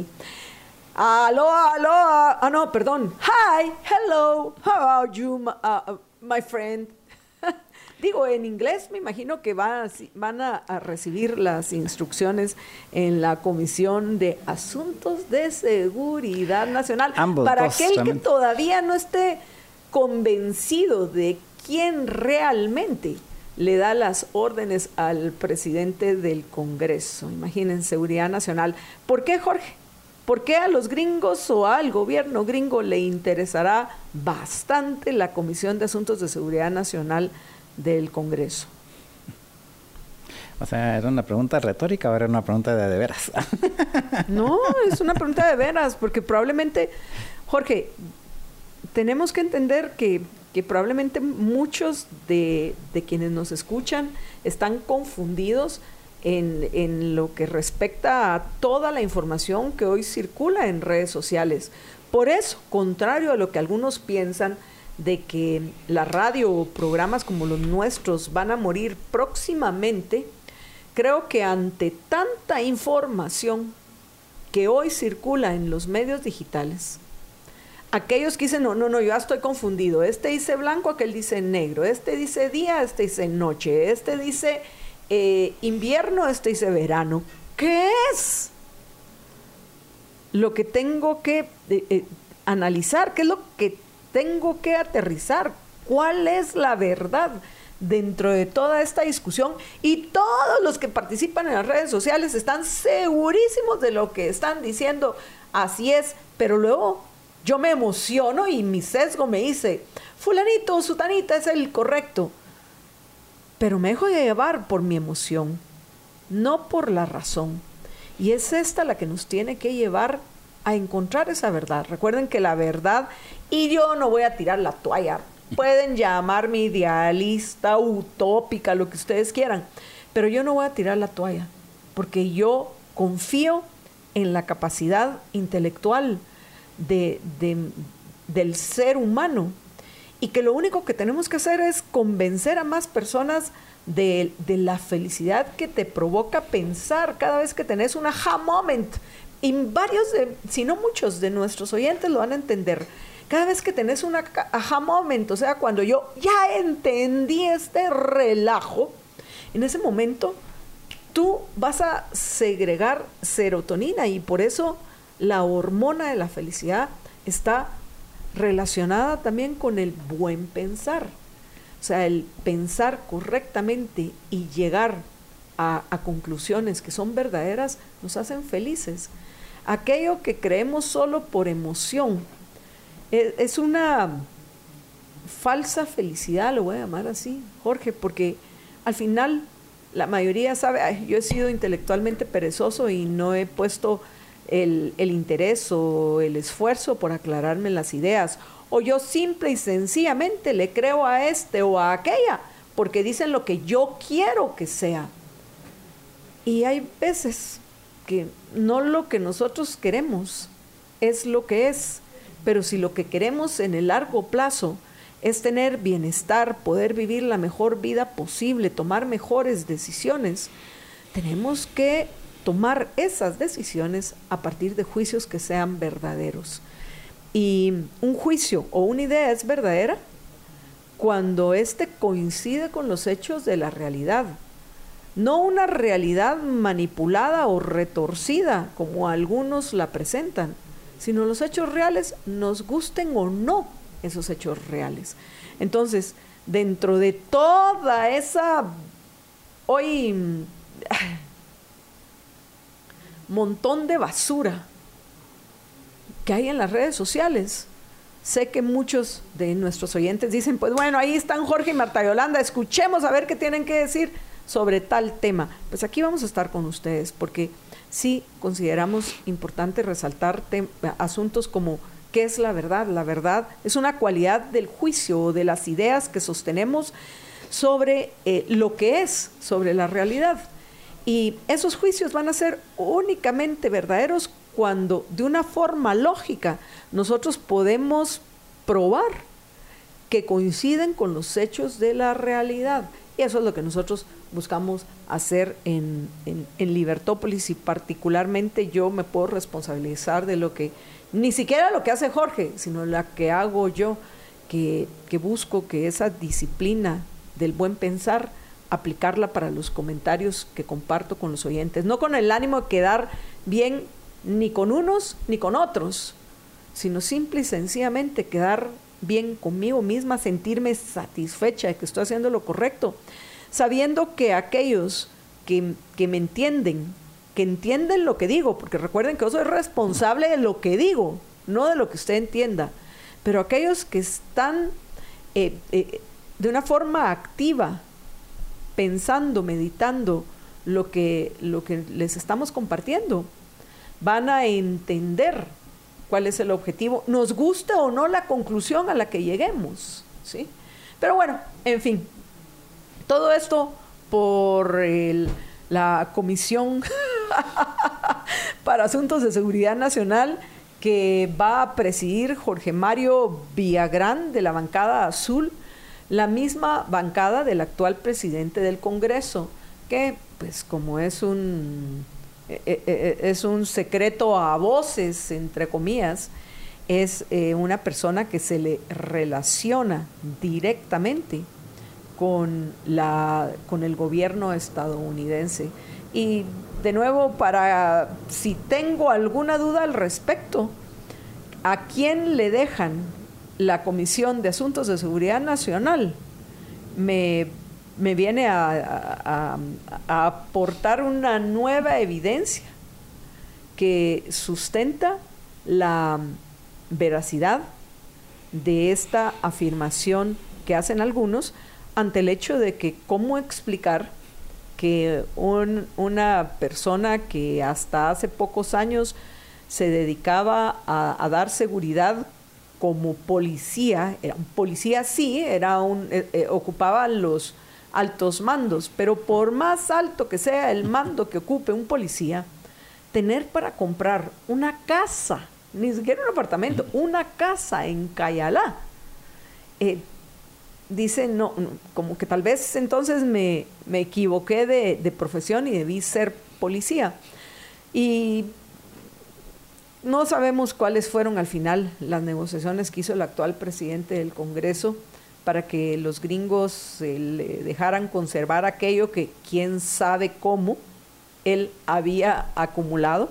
Hi, hello, how are you, my friend? Digo, en inglés me imagino que van a recibir las instrucciones en la Comisión de Asuntos de Seguridad Nacional. Ambos, para dos, aquel realmente, que todavía no esté convencido de quién realmente le da las órdenes al presidente del Congreso. Imaginen, Seguridad Nacional. ¿Por qué, Jorge? ¿Por qué a los gringos o al gobierno gringo le interesará bastante la Comisión de Asuntos de Seguridad Nacional del Congreso? O sea, ¿era una pregunta retórica o era una pregunta de veras? No, es una pregunta de veras, porque probablemente, Jorge, tenemos que entender que probablemente muchos de quienes nos escuchan están confundidos en lo que respecta a toda la información que hoy circula en redes sociales. Por eso, contrario a lo que algunos piensan de que la radio o programas como los nuestros van a morir próximamente, creo que ante tanta información que hoy circula en los medios digitales, aquellos que dicen, no, yo ya estoy confundido, este dice blanco, aquel dice negro, este dice día, este dice noche, este dice invierno, este dice verano. ¿Qué es lo que tengo que analizar? ¿Qué es lo que tengo que aterrizar? ¿Cuál es la verdad dentro de toda esta discusión? Y todos los que participan en las redes sociales están segurísimos de lo que están diciendo. Así es, pero luego yo me emociono y mi sesgo me dice, fulanito, sutanita es el correcto. Pero me dejo llevar por mi emoción, no por la razón. Y es esta la que nos tiene que llevar a encontrar esa verdad. Recuerden que la verdad, y yo no voy a tirar la toalla, pueden llamarme idealista, utópica, lo que ustedes quieran, pero yo no voy a tirar la toalla, porque yo confío en la capacidad intelectual del ser humano, y que lo único que tenemos que hacer es convencer a más personas de la felicidad que te provoca pensar cada vez que tenés un aha moment. Y varios, si no muchos de nuestros oyentes lo van a entender. Cada vez que tenés un aha moment, o sea, cuando yo ya entendí este relajo, en ese momento tú vas a segregar serotonina, y por eso la hormona de la felicidad está relacionada también con el buen pensar. O sea, el pensar correctamente y llegar a conclusiones que son verdaderas nos hacen felices. Aquello que creemos solo por emoción es una falsa felicidad, lo voy a llamar así, Jorge, porque al final la mayoría sabe, yo he sido intelectualmente perezoso y no he puesto el interés o el esfuerzo por aclararme las ideas, o yo simple y sencillamente le creo a este o a aquella porque dicen lo que yo quiero que sea. Y hay veces que no lo que nosotros queremos es lo que es, pero si lo que queremos en el largo plazo es tener bienestar, poder vivir la mejor vida posible, tomar mejores decisiones, tenemos que tomar esas decisiones a partir de juicios que sean verdaderos. Y un juicio o una idea es verdadera cuando éste coincide con los hechos de la realidad, no una realidad manipulada o retorcida como algunos la presentan, sino los hechos reales, nos gusten o no esos hechos reales. Entonces, dentro de toda esa hoy montón de basura que hay en las redes sociales, sé que muchos de nuestros oyentes dicen, pues bueno, ahí están Jorge y Marta Yolanda, escuchemos a ver qué tienen que decir sobre tal tema. Pues aquí vamos a estar con ustedes, porque sí consideramos importante resaltar asuntos como ¿qué es la verdad? La verdad es una cualidad del juicio o de las ideas que sostenemos sobre lo que es, sobre la realidad. Y esos juicios van a ser únicamente verdaderos cuando de una forma lógica nosotros podemos probar que coinciden con los hechos de la realidad. Y eso es lo que nosotros buscamos hacer en Libertópolis, y particularmente yo me puedo responsabilizar de lo que, ni siquiera lo que hace Jorge, sino la que hago yo, que busco que esa disciplina del buen pensar, aplicarla para los comentarios que comparto con los oyentes, no con el ánimo de quedar bien ni con unos ni con otros, sino simple y sencillamente quedar bien conmigo misma, sentirme satisfecha de que estoy haciendo lo correcto, sabiendo que aquellos que me entienden, que entienden lo que digo, porque recuerden que yo soy responsable de lo que digo, no de lo que usted entienda, pero aquellos que están de una forma activa, pensando, meditando lo que les estamos compartiendo, van a entender cuál es el objetivo, nos guste o no la conclusión a la que lleguemos, ¿sí? Pero bueno, en fin, todo esto por la Comisión para Asuntos de Seguridad Nacional, que va a presidir Jorge Mario Villagrán, de la bancada azul, la misma bancada del actual presidente del Congreso, que pues como es un secreto a voces, entre comillas, es una persona que se le relaciona directamente con el gobierno estadounidense. Y de nuevo, para si tengo alguna duda al respecto, ¿a quién le dejan la Comisión de Asuntos de Seguridad Nacional? Me viene a aportar una nueva evidencia que sustenta la veracidad de esta afirmación que hacen algunos ante el hecho de que cómo explicar que una persona que hasta hace pocos años se dedicaba a dar seguridad como policía, era un policía sí, ocupaba los altos mandos, pero por más alto que sea el mando que ocupe un policía, tener para comprar una casa, ni siquiera un apartamento, una casa en Cayalá, dice, no, como que tal vez entonces me equivoqué de profesión y debí ser policía. Y no sabemos cuáles fueron al final las negociaciones que hizo el actual presidente del Congreso para que los gringos le dejaran conservar aquello que quién sabe cómo él había acumulado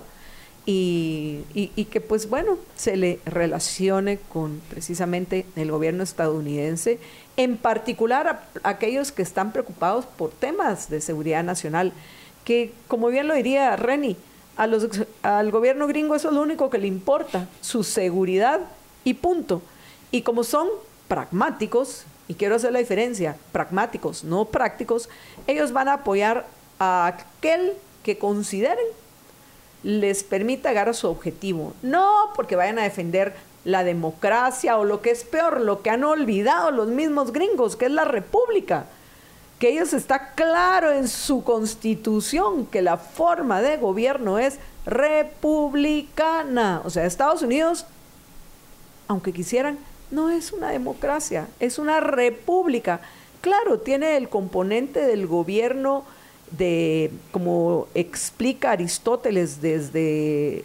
y que pues bueno, se le relacione con precisamente el gobierno estadounidense, en particular a aquellos que están preocupados por temas de seguridad nacional, que como bien lo diría Reni, al gobierno gringo eso es lo único que le importa, su seguridad y punto. Y como son pragmáticos, y quiero hacer la diferencia, pragmáticos, no prácticos, ellos van a apoyar a aquel que consideren les permita llegar a su objetivo, no porque vayan a defender la democracia o lo que es peor, lo que han olvidado los mismos gringos, que es la república, que ellos está claro en su constitución que la forma de gobierno es republicana. O sea, Estados Unidos, aunque quisieran, no es una democracia, es una república. Claro, tiene el componente del gobierno como explica Aristóteles desde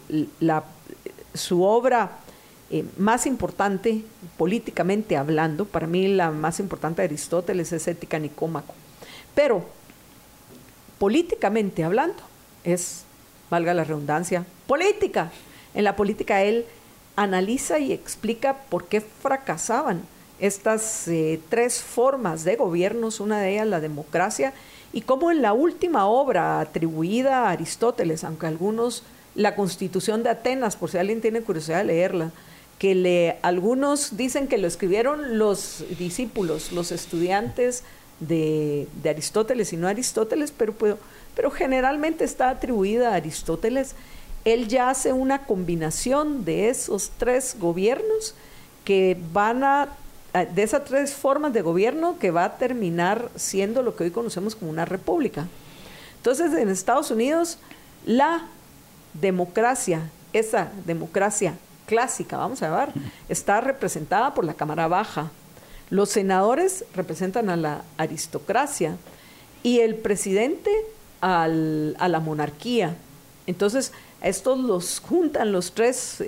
su obra más importante, políticamente hablando. Para mí la más importante de Aristóteles es Ética Nicómaco. Pero, políticamente hablando, es, valga la redundancia, política. En la política él analiza y explica por qué fracasaban estas tres formas de gobiernos, una de ellas la democracia, y cómo en la última obra atribuida a Aristóteles, aunque algunos, la Constitución de Atenas, por si alguien tiene curiosidad de leerla, que algunos dicen que lo escribieron los discípulos, los estudiantes de Aristóteles y no Aristóteles, pero generalmente está atribuida a Aristóteles. Él ya hace una combinación de esos tres gobiernos de esas tres formas de gobierno que va a terminar siendo lo que hoy conocemos como una república. Entonces, en Estados Unidos, la democracia, esa democracia clásica, vamos a llamar, está representada por la Cámara Baja. Los senadores representan a la aristocracia y el presidente a la monarquía. Entonces, estos los juntan las tres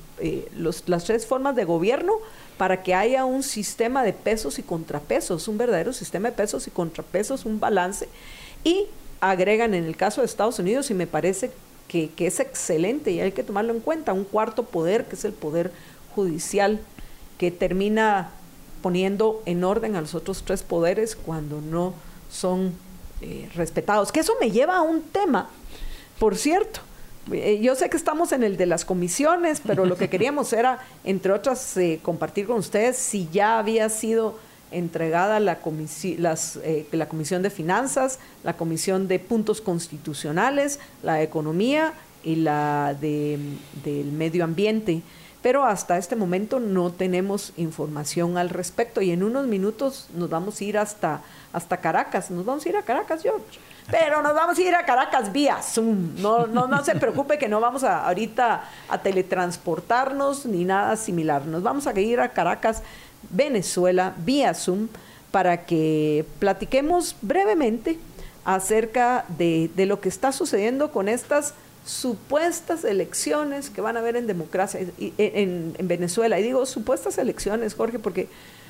formas de gobierno para que haya un sistema de pesos y contrapesos, un verdadero sistema de pesos y contrapesos, un balance, y agregan en el caso de Estados Unidos, y me parece que es excelente y hay que tomarlo en cuenta, un cuarto poder, que es el poder judicial, que termina poniendo en orden a los otros tres poderes cuando no son respetados. Que eso me lleva a un tema, por cierto. Yo sé que estamos en el de las comisiones, pero lo que queríamos era, entre otras, compartir con ustedes si ya había sido entregada la comisión de finanzas, la comisión de puntos constitucionales, la de economía y la del medio ambiente. Pero hasta este momento no tenemos información al respecto y en unos minutos nos vamos a ir hasta Caracas. Nos vamos a ir a Caracas, George. Pero nos vamos a ir a Caracas vía Zoom. No se preocupe que no vamos ahorita a teletransportarnos ni nada similar. Nos vamos a ir a Caracas, Venezuela, vía Zoom, para que platiquemos brevemente acerca de lo que está sucediendo con estas supuestas elecciones que van a haber en democracia en Venezuela. Y digo supuestas elecciones, Jorge, porque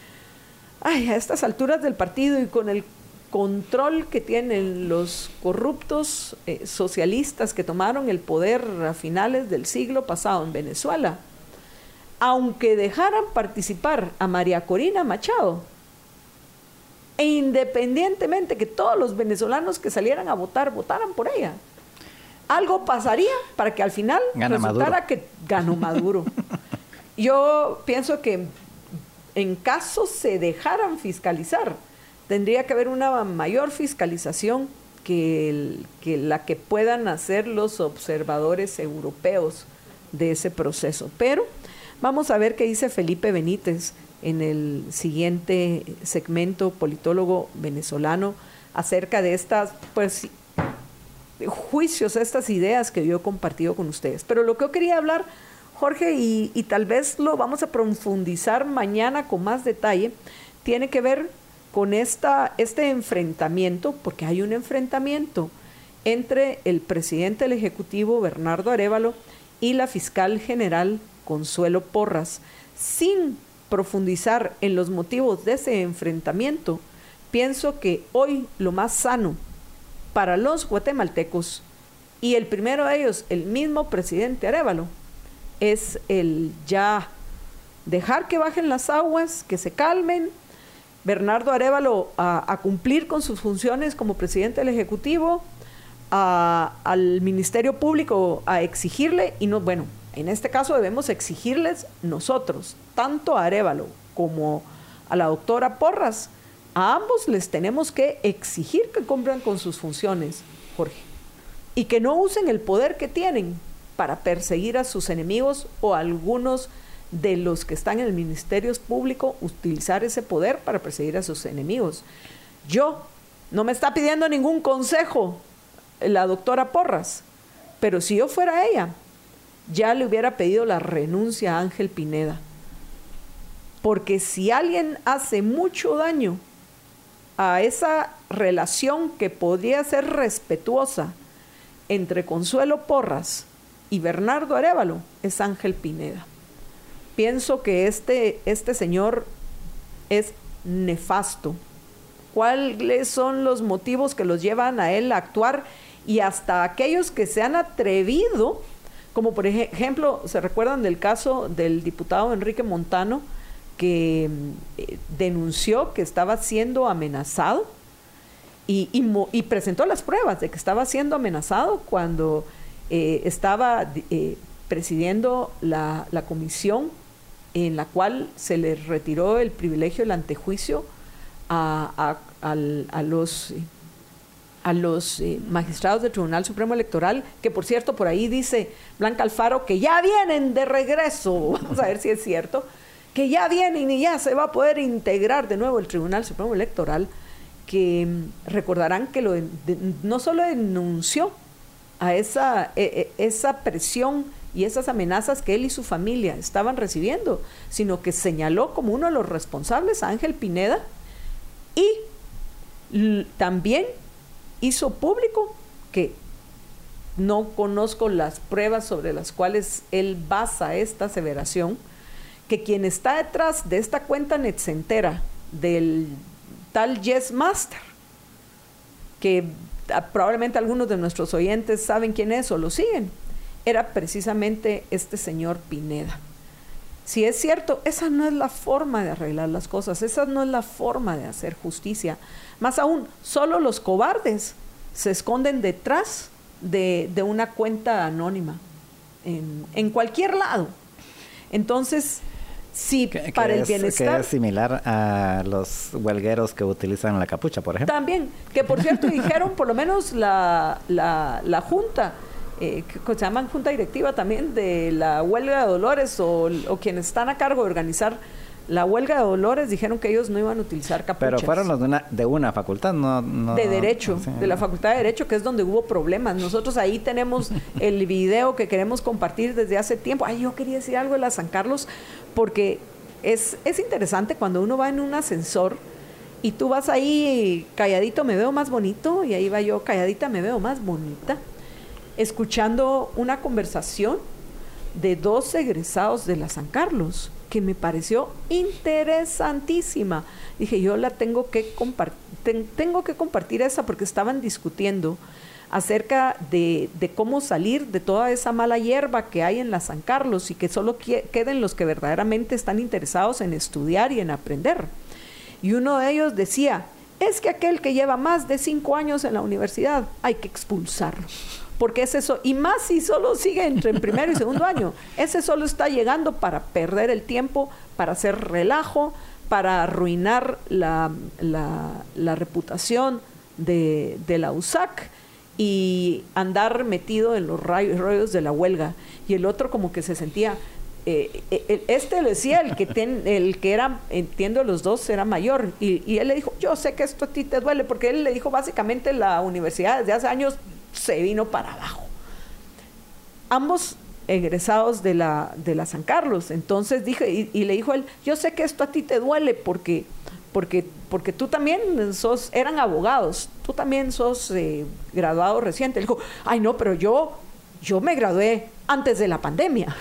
a estas alturas del partido y con el control que tienen los corruptos socialistas que tomaron el poder a finales del siglo pasado en Venezuela, aunque dejaran participar a María Corina Machado, e independientemente que todos los venezolanos que salieran a votar, votaran por ella, algo pasaría para que al final resultara que ganó Maduro. Yo pienso que en caso se dejaran fiscalizar, tendría que haber una mayor fiscalización que la que puedan hacer los observadores europeos de ese proceso. Pero vamos a ver qué dice Felipe Benítez en el siguiente segmento, politólogo venezolano, acerca de estas juicios, estas ideas que yo he compartido con ustedes. Pero lo que yo quería hablar, Jorge, y tal vez lo vamos a profundizar mañana con más detalle, tiene que ver con este enfrentamiento, porque hay un enfrentamiento entre el presidente del Ejecutivo, Bernardo Arévalo, y la fiscal general, Consuelo Porras. Sin profundizar en los motivos de ese enfrentamiento, pienso que hoy lo más sano para los guatemaltecos, y el primero de ellos, el mismo presidente Arévalo, es el ya dejar que bajen las aguas, que se calmen, Bernardo Arévalo a cumplir con sus funciones como presidente del Ejecutivo, al Ministerio Público a exigirle, y no, bueno, en este caso debemos exigirles nosotros, tanto a Arévalo como a la doctora Porras, a ambos les tenemos que exigir que cumplan con sus funciones, Jorge, y que no usen el poder que tienen para perseguir a sus enemigos o a algunos de los que están en el Ministerio Público, utilizar ese poder para perseguir a sus enemigos. No me está pidiendo ningún consejo la doctora Porras, pero si yo fuera ella, ya le hubiera pedido la renuncia a Ángel Pineda, porque si alguien hace mucho daño a esa relación que podría ser respetuosa entre Consuelo Porras y Bernardo Arévalo, es Ángel Pineda. Pienso que este señor es nefasto. ¿Cuáles son los motivos que los llevan a él a actuar? Y hasta aquellos que se han atrevido, como por ejemplo, ¿se recuerdan del caso del diputado Enrique Montano, que denunció que estaba siendo amenazado y presentó las pruebas de que estaba siendo amenazado cuando estaba presidiendo la comisión en la cual se le retiró el privilegio del antejuicio a los magistrados del Tribunal Supremo Electoral, que por cierto por ahí dice Blanca Alfaro que ya vienen de regreso, vamos a ver si es cierto, que ya vienen y ya se va a poder integrar de nuevo el Tribunal Supremo Electoral, que recordarán que no solo denunció a esa presión y esas amenazas que él y su familia estaban recibiendo, sino que señaló como uno de los responsables a Ángel Pineda y también hizo público, que no conozco las pruebas sobre las cuales él basa esta aseveración, que quien está detrás de esta cuenta netcentera del tal Yes Master, que probablemente algunos de nuestros oyentes saben quién es o lo siguen, era precisamente este señor Pineda. Si es cierto, esa no es la forma de arreglar las cosas, esa no es la forma de hacer justicia. Más aún, solo los cobardes se esconden detrás de una cuenta anónima en cualquier lado. Entonces, sí, para el bienestar. Que es similar a los huelgueros que utilizan la capucha, por ejemplo. También, que por cierto dijeron, por lo menos la Junta, que se llaman Junta Directiva también de la huelga de Dolores o quienes están a cargo de organizar la huelga de Dolores, dijeron que ellos no iban a utilizar capuchas. Pero fueron los de una facultad, no de Derecho, sí, de la Facultad de Derecho, que es donde hubo problemas. Nosotros ahí tenemos el video que queremos compartir desde hace tiempo. Yo quería decir algo de la San Carlos, porque es interesante cuando uno va en un ascensor y tú vas ahí calladito me veo más bonito, y ahí va yo calladita me veo más bonita, escuchando una conversación de 2 egresados de la San Carlos, que me pareció interesantísima. Dije, yo la tengo que compartir esa, porque estaban discutiendo acerca de cómo salir de toda esa mala hierba que hay en la San Carlos, y que solo queden los que verdaderamente están interesados en estudiar y en aprender. Y uno de ellos decía, es que aquel que lleva más de 5 años en la universidad hay que expulsarlo, porque ese y más si solo sigue entre el primero y segundo año, ese solo está llegando para perder el tiempo, para hacer relajo, para arruinar la reputación de la USAC y andar metido en los rollos de la huelga. Y el otro como que se sentía, le decía, el que era, entiendo, los dos era mayor, y él le dijo, yo sé que esto a ti te duele, porque él le dijo, básicamente la universidad desde hace años se vino para abajo. Ambos egresados de la San Carlos. Entonces dije, y le dijo él, yo sé que esto a ti te duele porque tú también eran abogados, tú también sos graduado reciente. Él dijo, ay no, pero yo me gradué antes de la pandemia.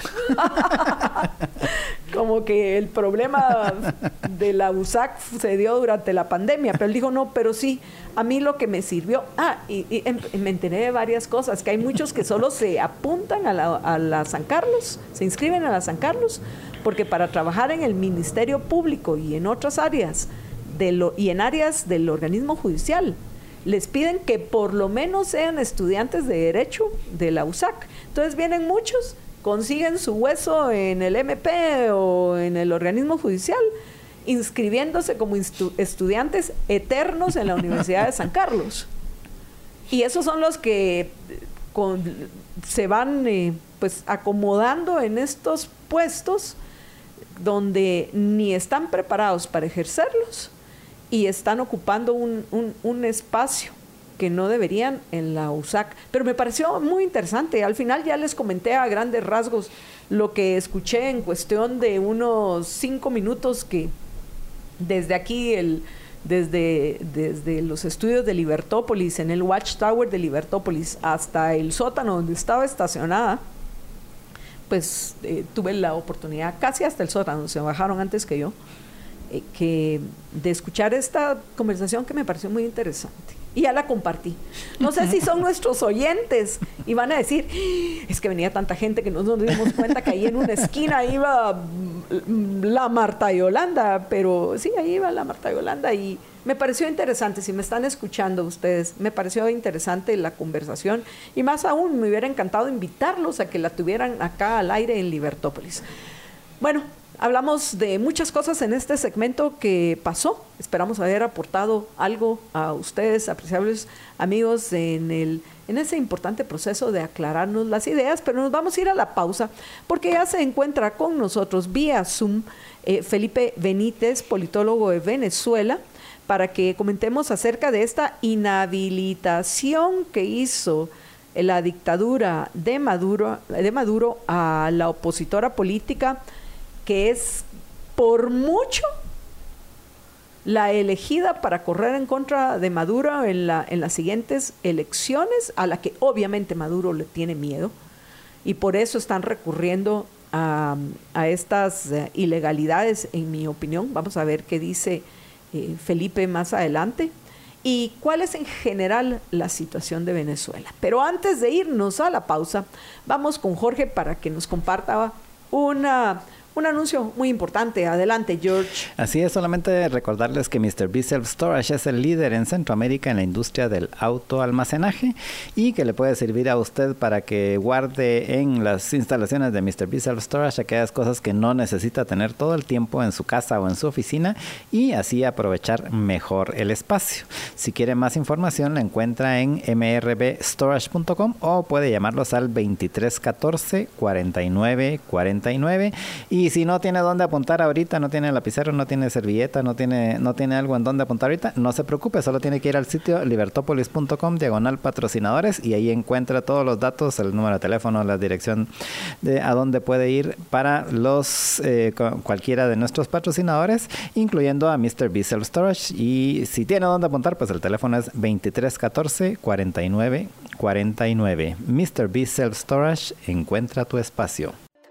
Como que el problema de la USAC se dio durante la pandemia, pero él dijo, no, pero sí, a mí lo que me sirvió, y me enteré de varias cosas, que hay muchos que solo se apuntan a la San Carlos, se inscriben a la San Carlos, porque para trabajar en el Ministerio Público y en otras áreas, y en áreas del organismo judicial, les piden que por lo menos sean estudiantes de Derecho de la USAC. Entonces vienen muchos, consiguen su hueso en el MP o en el organismo judicial, inscribiéndose como estudiantes eternos en la Universidad de San Carlos. Y esos son los que se van pues acomodando en estos puestos donde ni están preparados para ejercerlos y están ocupando un espacio que no deberían en la USAC. Pero me pareció muy interesante. Al final ya les comenté a grandes rasgos lo que escuché en cuestión de unos 5 minutos, que desde aquí, desde los estudios de Libertópolis, en el Watchtower de Libertópolis, hasta el sótano donde estaba estacionada, pues tuve la oportunidad, casi hasta el sótano, se bajaron antes que yo, de escuchar esta conversación que me pareció muy interesante. Y ya la compartí. No sé si son nuestros oyentes y van a decir, es que venía tanta gente que no nos dimos cuenta que ahí en una esquina iba la Marta Yolanda, pero sí, ahí iba la Marta Yolanda, y me pareció interesante. Si me están escuchando ustedes, me pareció interesante la conversación, y más aún me hubiera encantado invitarlos a que la tuvieran acá al aire en Libertópolis. Bueno, hablamos de muchas cosas en este segmento que pasó. Esperamos haber aportado algo a ustedes, apreciables amigos, en ese importante proceso de aclararnos las ideas, pero nos vamos a ir a la pausa porque ya se encuentra con nosotros vía Zoom Felipe Benítez, politólogo de Venezuela, para que comentemos acerca de esta inhabilitación que hizo la dictadura de Maduro a la opositora política, que es por mucho la elegida para correr en contra de Maduro en las siguientes elecciones, a la que obviamente Maduro le tiene miedo, y por eso están recurriendo a estas ilegalidades, en mi opinión. Vamos a ver qué dice Felipe más adelante y cuál es en general la situación de Venezuela. Pero antes de irnos a la pausa, vamos con Jorge para que nos comparta un anuncio muy importante. Adelante, George. Así es, solamente recordarles que Mr. B Self Storage es el líder en Centroamérica en la industria del autoalmacenaje y que le puede servir a usted para que guarde en las instalaciones de Mr. B Self Storage aquellas cosas que no necesita tener todo el tiempo en su casa o en su oficina, y así aprovechar mejor el espacio. Si quiere más información, la encuentra en mrbstorage.com o puede llamarlos al 2314 49 49. Y si no tiene dónde apuntar ahorita, no tiene lapicero, no tiene servilleta, no tiene algo en dónde apuntar ahorita, no se preocupe, solo tiene que ir al sitio libertopolis.com/patrocinadores y ahí encuentra todos los datos, el número de teléfono, la dirección de a dónde puede ir para cualquiera de nuestros patrocinadores, incluyendo a Mr. B Self Storage. Y si tiene dónde apuntar, pues el teléfono es 2314 49 49. Mr. B Self Storage, encuentra tu espacio.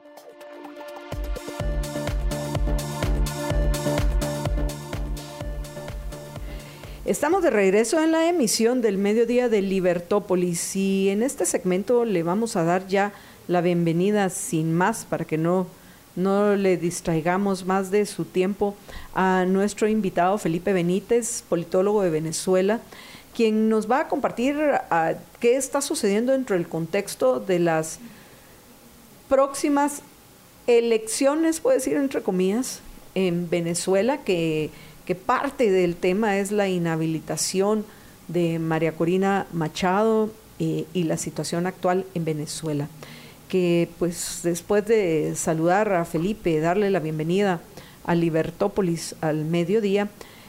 Estamos de regreso en la emisión del mediodía de Libertópolis, y en este segmento le vamos a dar ya la bienvenida, sin más, para que no le distraigamos más de su tiempo, a nuestro invitado Felipe Benítez, politólogo de Venezuela, quien nos va a compartir qué está sucediendo dentro del contexto de las próximas elecciones, puedo decir entre comillas, en Venezuela, que parte del tema es la inhabilitación de María Corina Machado y la situación actual en Venezuela. Que pues después de saludar a Felipe, darle la bienvenida a Libertópolis al mediodía,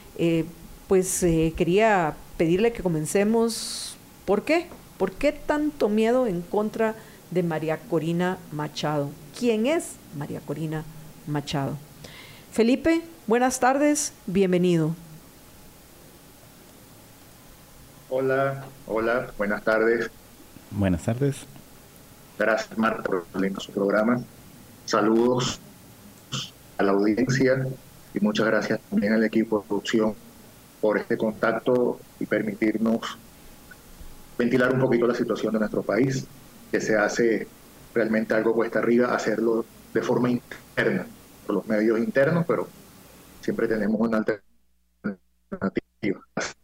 quería pedirle que comencemos. ¿Por qué? ¿Por qué tanto miedo en contra de María Corina Machado? ¿Quién es María Corina Machado? Felipe, buenas tardes, bienvenido. Hola, buenas tardes. Buenas tardes. Gracias, Marta, por su programa. Saludos a la audiencia y muchas gracias también al equipo de producción por este contacto y permitirnos ventilar un poquito la situación de nuestro país, que se hace realmente algo cuesta arriba hacerlo de forma interna, por los medios internos, pero siempre tenemos una alternativa.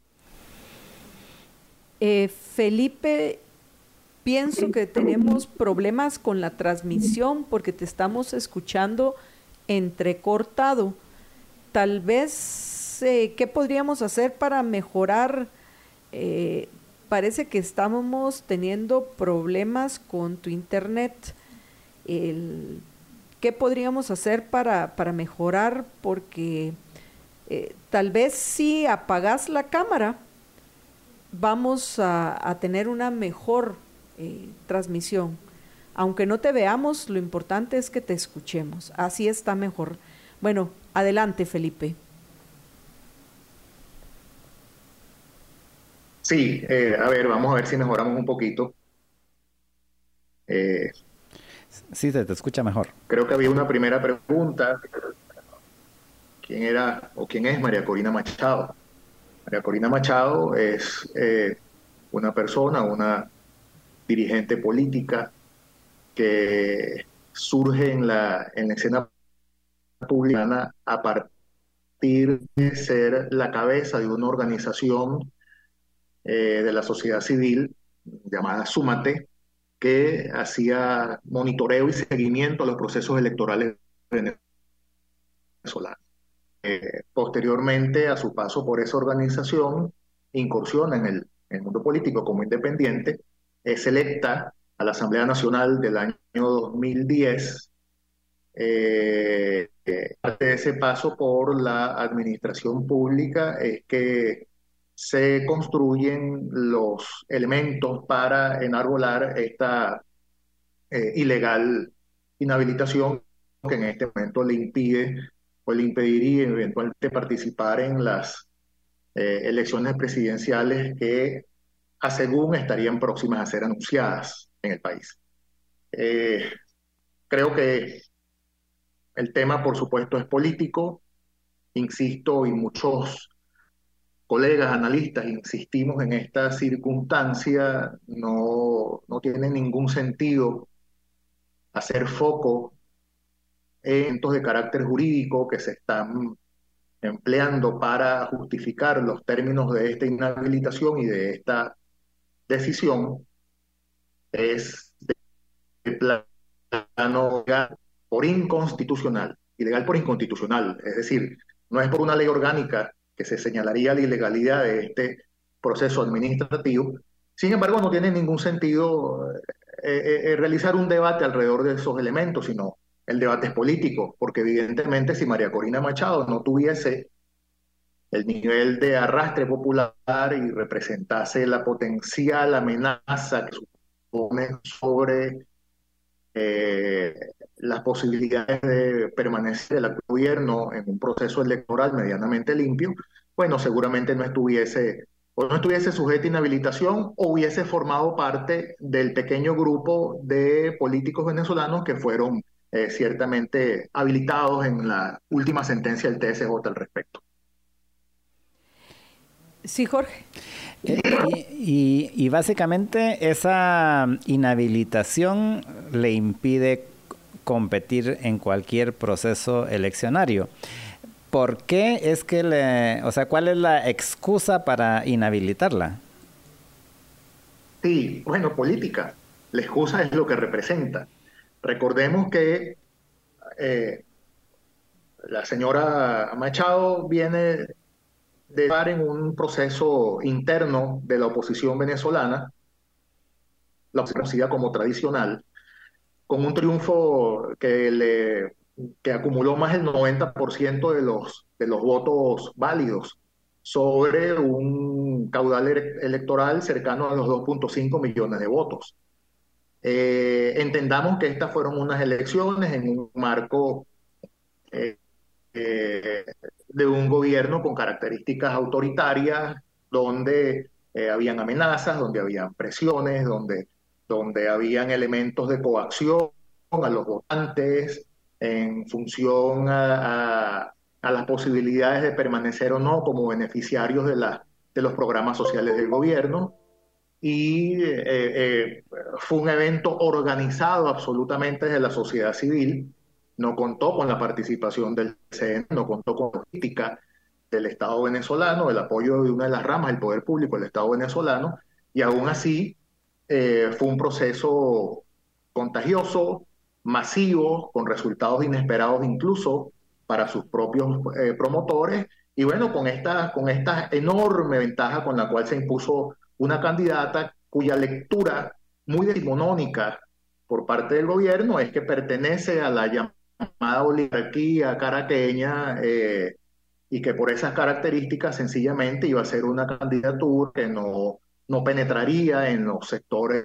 Felipe, pienso que tenemos problemas con la transmisión porque te estamos escuchando entrecortado. Tal vez, ¿qué podríamos hacer para mejorar? Parece que estamos teniendo problemas con tu internet. ¿Qué podríamos hacer para mejorar? Porque tal vez si apagas la cámara, vamos a tener una mejor transmisión. Aunque no te veamos, lo importante es que te escuchemos. Así está mejor. Bueno, adelante, Felipe. Sí, a ver, vamos a ver si mejoramos un poquito. Sí, se te escucha mejor. Creo que había una primera pregunta. ¿Quién era o quién es María Corina Machado? María Corina Machado es una persona, una dirigente política que surge en la escena pública a partir de ser la cabeza de una organización de la sociedad civil llamada Súmate, que hacía monitoreo y seguimiento a los procesos electorales venezolanos. Posteriormente a su paso por esa organización, incursiona en el mundo político como independiente, es electa a la Asamblea Nacional del año 2010. Parte de ese paso por la administración pública es que se construyen los elementos para enarbolar esta ilegal inhabilitación que en este momento le impide o le impediría eventualmente participar en las elecciones presidenciales que, según estarían próximas a ser anunciadas en el país. Creo que el tema, por supuesto, es político. Insisto, y muchos colegas analistas insistimos en esta circunstancia. No tiene ningún sentido hacer foco en eventos de carácter jurídico que se están empleando para justificar los términos de esta inhabilitación y de esta decisión. Es de plano legal por inconstitucional, ilegal por inconstitucional, es decir, no es por una ley orgánica que se señalaría la ilegalidad de este proceso administrativo. Sin embargo, no tiene ningún sentido realizar un debate alrededor de esos elementos, sino el debate es político, porque evidentemente si María Corina Machado no tuviese el nivel de arrastre popular y representase la potencial amenaza que supone sobre las posibilidades de permanecer el gobierno en un proceso electoral medianamente limpio, bueno, seguramente no estuviese sujeta a inhabilitación o hubiese formado parte del pequeño grupo de políticos venezolanos que fueron ciertamente habilitados en la última sentencia del TSJ al respecto. Sí, Jorge. Y básicamente esa inhabilitación le impide competir en cualquier proceso eleccionario. ¿Por qué es que cuál es la excusa para inhabilitarla? Sí, bueno, política. La excusa es lo que representa. Recordemos que eh, la señora Machado viene de estar en un proceso interno de la oposición venezolana, la conocida como tradicional, con un triunfo que acumuló más del 90% de los votos válidos sobre un caudal electoral cercano a los 2,5 millones de votos. Entendamos que estas fueron unas elecciones en un marco eh, eh, de un gobierno con características autoritarias, donde habían amenazas, donde habían presiones, donde habían elementos de coacción a los votantes en función a las posibilidades de permanecer o no como beneficiarios de los programas sociales del gobierno. Y fue un evento organizado absolutamente desde la sociedad civil, no contó con la participación del CN, no contó con la política del Estado venezolano, el apoyo de una de las ramas del poder público del Estado venezolano, y aún así fue un proceso contagioso, masivo, con resultados inesperados incluso para sus propios promotores, y bueno, con esta enorme ventaja con la cual se impuso una candidata cuya lectura muy decimonónica por parte del gobierno es que pertenece a la llamada oligarquía caraqueña y que por esas características sencillamente iba a ser una candidatura que no penetraría en los sectores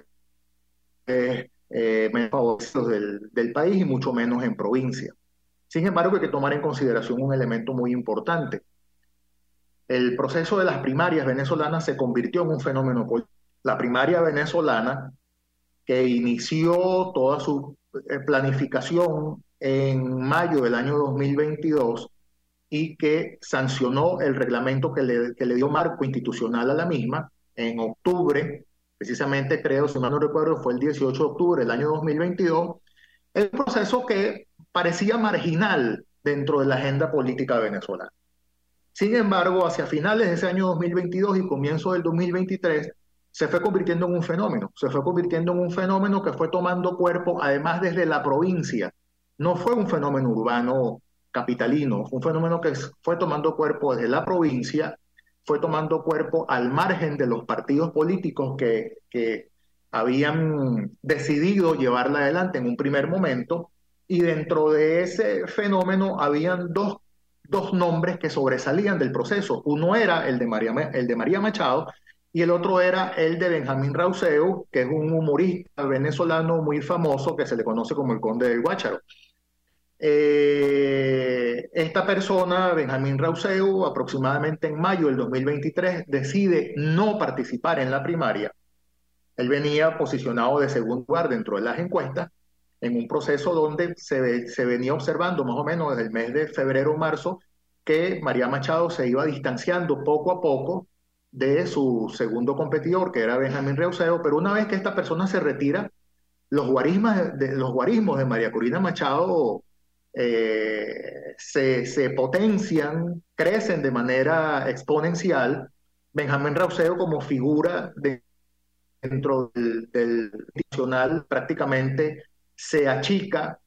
menos favorecidos del país y mucho menos en provincia. Sin embargo, hay que tomar en consideración un elemento muy importante. El proceso de las primarias venezolanas se convirtió en un fenómeno político. La primaria venezolana, que inició toda su planificación en mayo del año 2022 y que sancionó el reglamento que le dio marco institucional a la misma en octubre, precisamente creo, si mal no recuerdo, fue el 18 de octubre del año 2022, el proceso que parecía marginal dentro de la agenda política venezolana. Sin embargo, hacia finales de ese año 2022 y comienzo del 2023, se fue convirtiendo en un fenómeno. Se fue convirtiendo en un fenómeno que fue tomando cuerpo, además desde la provincia. No fue un fenómeno urbano capitalino, fue un fenómeno que fue tomando cuerpo desde la provincia, fue tomando cuerpo al margen de los partidos políticos que habían decidido llevarla adelante en un primer momento, y dentro de ese fenómeno habían dos nombres que sobresalían del proceso. Uno era el de María Machado y el otro era el de Benjamín Rauseu, que es un humorista venezolano muy famoso que se le conoce como el Conde del Guácharo. Esta persona, Benjamín Rauseu, aproximadamente en mayo del 2023, decide no participar en la primaria. Él venía posicionado de segundo lugar dentro de las encuestas, en un proceso donde se venía observando más o menos desde el mes de febrero o marzo que María Machado se iba distanciando poco a poco de su segundo competidor, que era Benjamín Rauseu, pero una vez que esta persona se retira, los guarismos de María Corina Machado se potencian, crecen de manera exponencial. Benjamín Rauseu como figura dentro del nacional prácticamente se achica,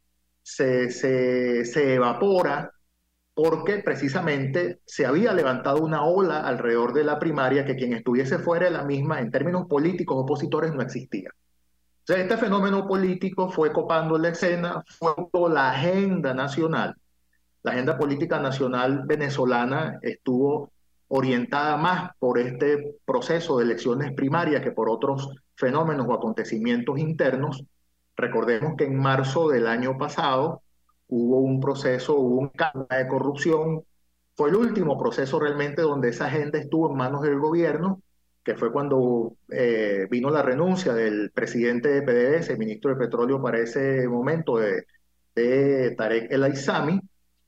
se evapora, porque precisamente se había levantado una ola alrededor de la primaria que quien estuviese fuera de la misma en términos políticos opositores no existía. O sea, este fenómeno político fue copando la escena, fue la agenda nacional. La agenda política nacional venezolana estuvo orientada más por este proceso de elecciones primarias que por otros fenómenos o acontecimientos internos. Recordemos que en marzo del año pasado hubo un proceso, hubo un caso de corrupción. Fue el último proceso realmente donde esa agenda estuvo en manos del gobierno, que fue cuando vino la renuncia del presidente de PDVSA, el ministro de Petróleo para ese momento, de Tarek El Aissami.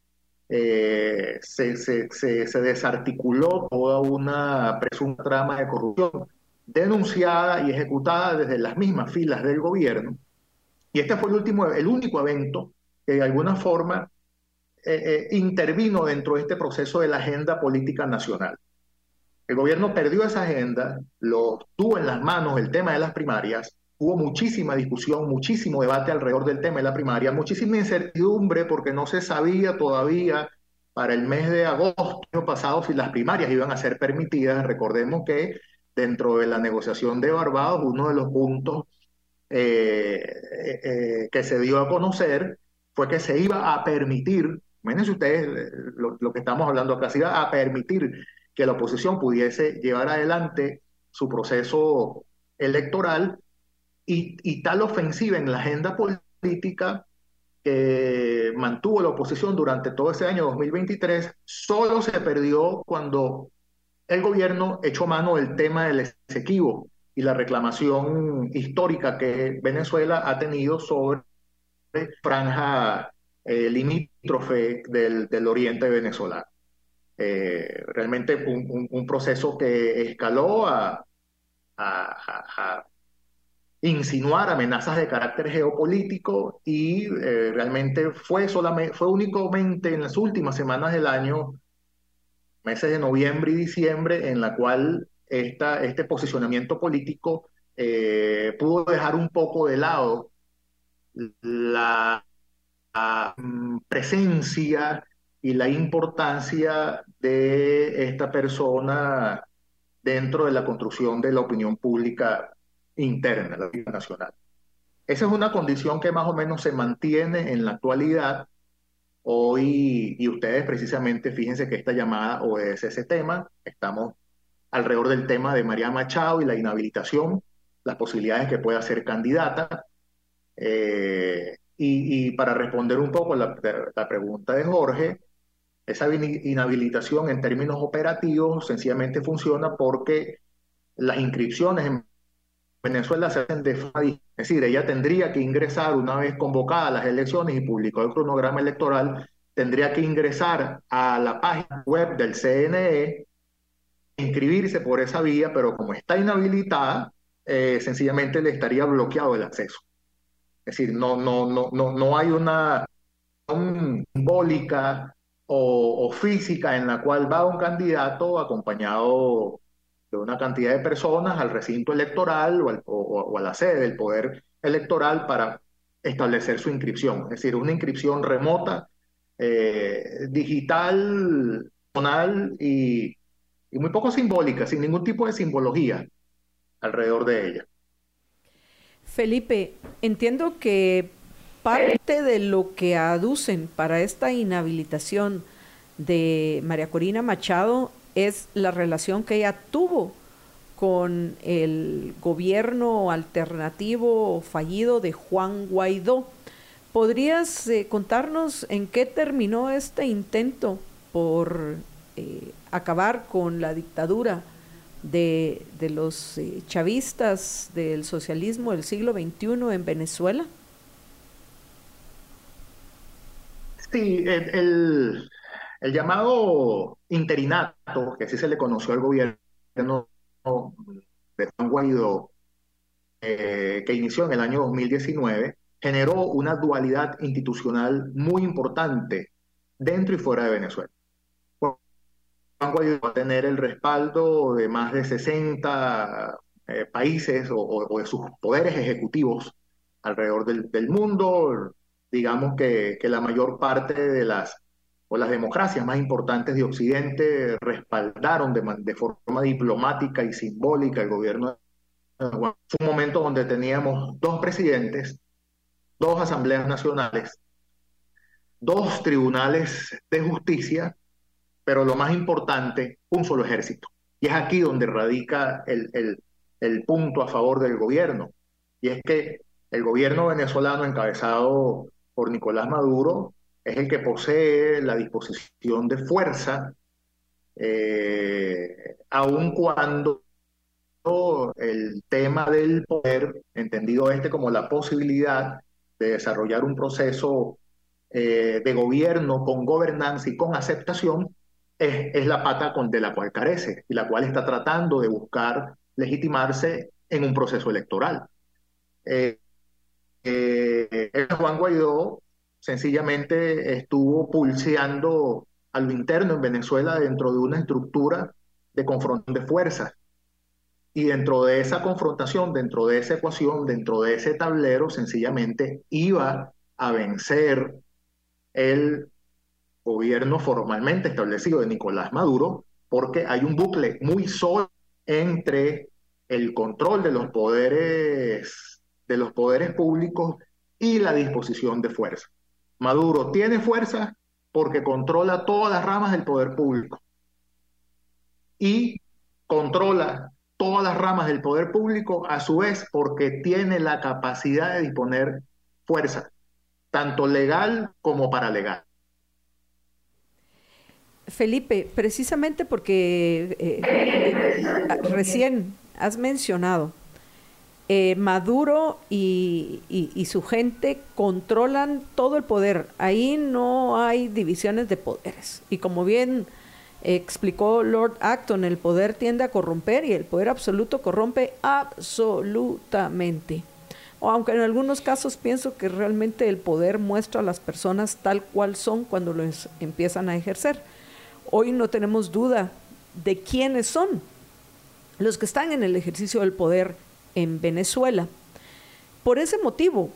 Se desarticuló toda una presunta trama de corrupción denunciada y ejecutada desde las mismas filas del gobierno. Y este fue el único evento que de alguna forma intervino dentro de este proceso de la agenda política nacional. El gobierno perdió esa agenda, lo tuvo en las manos el tema de las primarias, hubo muchísima discusión, muchísimo debate alrededor del tema de la primaria, muchísima incertidumbre porque no se sabía todavía para el mes de agosto del año pasado si las primarias iban a ser permitidas. Recordemos que dentro de la negociación de Barbados, uno de los puntos que se dio a conocer fue que se iba a permitir, imagínense ustedes lo que estamos hablando acá, se iba a permitir que la oposición pudiese llevar adelante su proceso electoral y tal ofensiva en la agenda política que mantuvo la oposición durante todo ese año 2023, solo se perdió cuando el gobierno echó mano del tema del Esequibo y la reclamación histórica que Venezuela ha tenido sobre franja limítrofe del oriente venezolano. Realmente un proceso que escaló a insinuar amenazas de carácter geopolítico y realmente fue únicamente en las últimas semanas del año, meses de noviembre y diciembre, en la cual este posicionamiento político pudo dejar un poco de lado la presencia y la importancia de esta persona dentro de la construcción de la opinión pública interna, la vida nacional. Esa es una condición que más o menos se mantiene en la actualidad. Hoy, y ustedes precisamente, fíjense que esta llamada obedece ese tema. Estamos alrededor del tema de María Machado y la inhabilitación, las posibilidades que pueda ser candidata. Y para responder un poco la pregunta de Jorge, esa inhabilitación en términos operativos sencillamente funciona porque las inscripciones en Venezuela se hacen de forma distinta. Es decir, ella tendría que ingresar una vez convocadas las elecciones y publicado el cronograma electoral, tendría que ingresar a la página web del CNE, inscribirse por esa vía, pero como está inhabilitada, sencillamente le estaría bloqueado el acceso. Es decir, no hay una simbólica o física en la cual va un candidato acompañado de una cantidad de personas al recinto electoral o a la sede del poder electoral para establecer su inscripción. Es decir, una inscripción remota, digital, personal y muy poco simbólica, sin ningún tipo de simbología alrededor de ella. Felipe, entiendo que parte de lo que aducen para esta inhabilitación de María Corina Machado es la relación que ella tuvo con el gobierno alternativo fallido de Juan Guaidó. ¿Podrías contarnos en qué terminó este intento por acabar con la dictadura de los chavistas del socialismo del siglo XXI en Venezuela? Sí, el llamado interinato, que así se le conoció al gobierno de Juan Guaidó, que inició en el año 2019, generó una dualidad institucional muy importante dentro y fuera de Venezuela. Juan Guaidó va a tener el respaldo de más de 60 países o de sus poderes ejecutivos alrededor del mundo. Digamos que la mayor parte de las democracias más importantes de Occidente respaldaron de forma diplomática y simbólica el gobierno de Juan Guaidó. Fue un momento donde teníamos 2 presidentes, 2 asambleas nacionales, 2 tribunales de justicia, pero lo más importante, un solo ejército. Y es aquí donde radica el punto a favor del gobierno. Y es que el gobierno venezolano encabezado por Nicolás Maduro es el que posee la disposición de fuerza, aun cuando el tema del poder, entendido como la posibilidad de desarrollar un proceso de gobierno con gobernanza y con aceptación, es la pata de la cual carece y la cual está tratando de buscar legitimarse en un proceso electoral. Juan Guaidó sencillamente estuvo pulseando a lo interno en Venezuela dentro de una estructura de confrontación de fuerzas. Y dentro de esa confrontación, dentro de esa ecuación, dentro de ese tablero, sencillamente iba a vencer el gobierno formalmente establecido de Nicolás Maduro, porque hay un bucle muy sólido entre el control de los poderes públicos y la disposición de fuerza. Maduro tiene fuerza porque controla todas las ramas del poder público y controla todas las ramas del poder público a su vez porque tiene la capacidad de disponer fuerza, tanto legal como paralegal. Felipe, precisamente porque recién has mencionado, Maduro y su gente controlan todo el poder. Ahí no hay divisiones de poderes. Y como bien explicó Lord Acton, el poder tiende a corromper y el poder absoluto corrompe absolutamente. O aunque en algunos casos pienso que realmente el poder muestra a las personas tal cual son cuando los empiezan a ejercer. Hoy no tenemos duda de quiénes son los que están en el ejercicio del poder en Venezuela. Por ese motivo,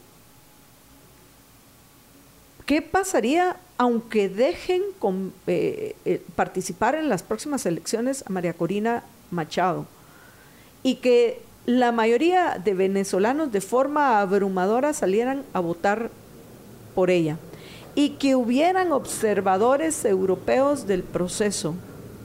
¿qué pasaría aunque dejen participar en las próximas elecciones a María Corina Machado y que la mayoría de venezolanos de forma abrumadora salieran a votar por ella y que hubieran observadores europeos del proceso?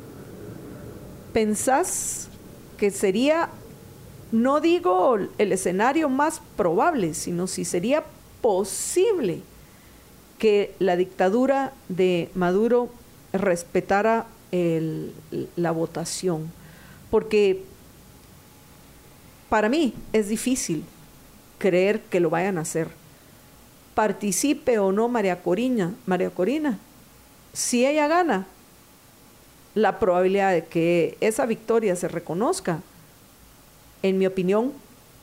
¿Pensás que sería, no digo el escenario más probable, sino si sería posible que la dictadura de Maduro respetara la votación? Porque para mí es difícil creer que lo vayan a hacer. Participe o no María Corina, si ella gana, la probabilidad de que esa victoria se reconozca, en mi opinión,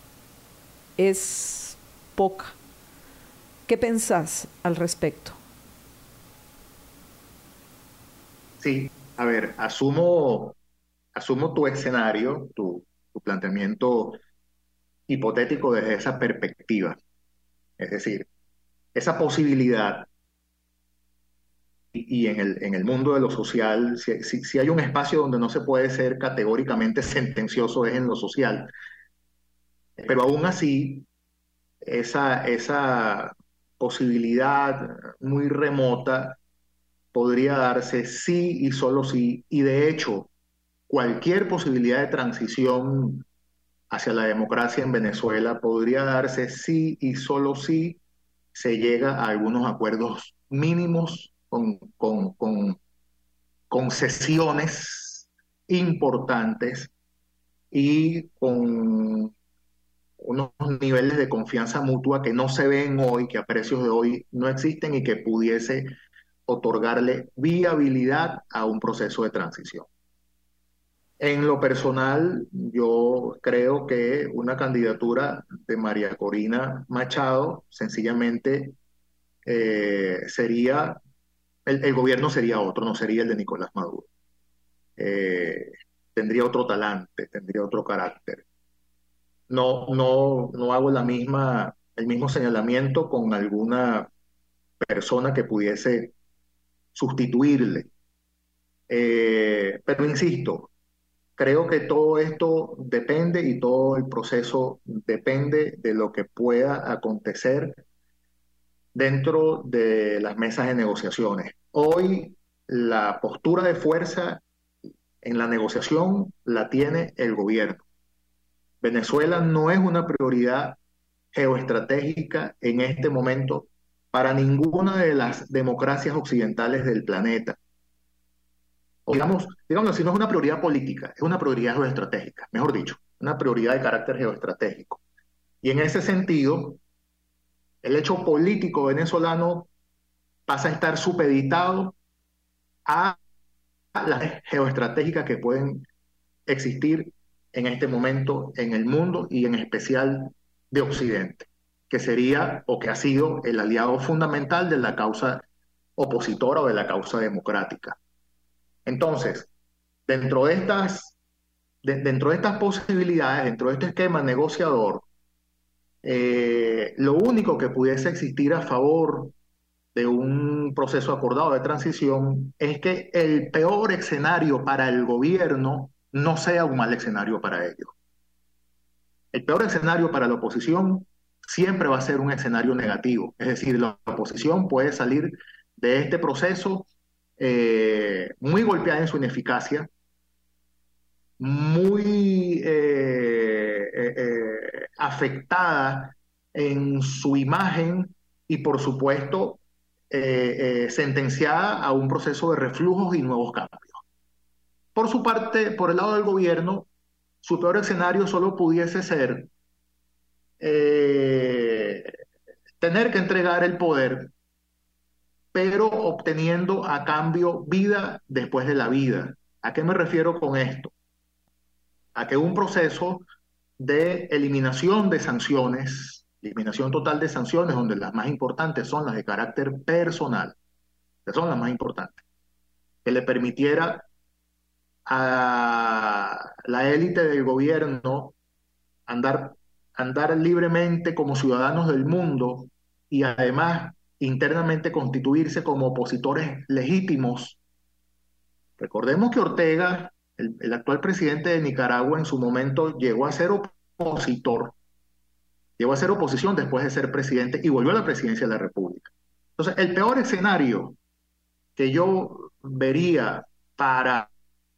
es poca. ¿Qué pensás al respecto? Sí, a ver, asumo tu escenario, tu planteamiento hipotético desde esa perspectiva. Es decir, esa posibilidad, y en el mundo de lo social, si hay un espacio donde no se puede ser categóricamente sentencioso es en lo social. Pero aún así, esa posibilidad muy remota podría darse sí y solo sí, y de hecho, cualquier posibilidad de transición hacia la democracia en Venezuela podría darse sí y solo sí se llega a algunos acuerdos mínimos con concesiones importantes y con unos niveles de confianza mutua que no se ven hoy, que a precios de hoy no existen y que pudiese otorgarle viabilidad a un proceso de transición. En lo personal, yo creo que una candidatura de María Corina Machado sencillamente sería, el gobierno sería otro, no sería el de Nicolás Maduro. Tendría otro talante, tendría otro carácter. No hago el mismo señalamiento con alguna persona que pudiese sustituirle. Pero insisto, creo que todo esto depende y todo el proceso depende de lo que pueda acontecer dentro de las mesas de negociaciones. Hoy la postura de fuerza en la negociación la tiene el gobierno. Venezuela no es una prioridad geoestratégica en este momento para ninguna de las democracias occidentales del planeta. O digamos así, no es una prioridad política, es una prioridad geoestratégica, mejor dicho, una prioridad de carácter geoestratégico. Y en ese sentido, el hecho político venezolano pasa a estar supeditado a las geoestratégicas que pueden existir en este momento en el mundo y en especial de Occidente, que sería o que ha sido el aliado fundamental de la causa opositora o de la causa democrática. Entonces, dentro de estas posibilidades, dentro de este esquema negociador, lo único que pudiese existir a favor de un proceso acordado de transición es que el peor escenario para el gobierno no sea un mal escenario para ellos. El peor escenario para la oposición siempre va a ser un escenario negativo. Es decir, la oposición puede salir de este proceso muy golpeada en su ineficacia, muy afectada en su imagen y, por supuesto, sentenciada a un proceso de reflujos y nuevos cambios. Por su parte, por el lado del gobierno, su peor escenario solo pudiese ser tener que entregar el poder, pero obteniendo a cambio vida después de la vida. ¿A qué me refiero con esto? A que un proceso de eliminación de sanciones, eliminación total de sanciones, donde las más importantes son las de carácter personal, que son las más importantes, que le permitiera a la élite del gobierno andar libremente como ciudadanos del mundo y además internamente constituirse como opositores legítimos. Recordemos que Ortega, el actual presidente de Nicaragua, en su momento llegó a ser opositor, llegó a ser oposición después de ser presidente y volvió a la presidencia de la República. Entonces, el peor escenario que yo vería para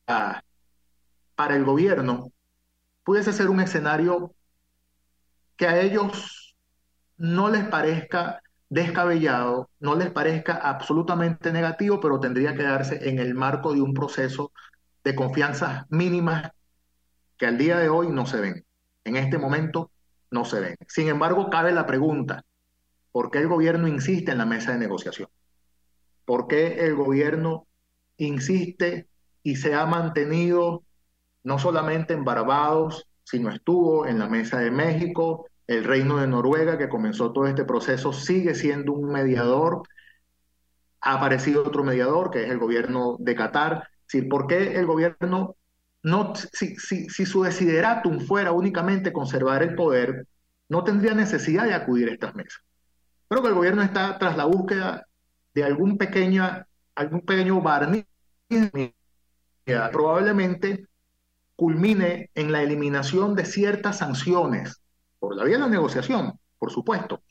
el gobierno pudiese ser un escenario que a ellos no les parezca descabellado, no les parezca absolutamente negativo, pero tendría que darse en el marco de un proceso de confianzas mínimas que al día de hoy no se ven. En este momento no se ven. Sin embargo, cabe la pregunta, ¿por qué el gobierno insiste en la mesa de negociación? ¿Por qué el gobierno insiste y se ha mantenido no solamente en Barbados, sino estuvo en la Mesa de México? El Reino de Noruega, que comenzó todo este proceso, sigue siendo un mediador. Ha aparecido otro mediador, que es el gobierno de Qatar. Es decir, ¿por qué el gobierno no, si su desideratum fuera únicamente conservar el poder, no tendría necesidad de acudir a estas mesas? Creo que el gobierno está tras la búsqueda de algún pequeño barniz, probablemente culmine en la eliminación de ciertas sanciones, por la vía de la negociación, por supuesto,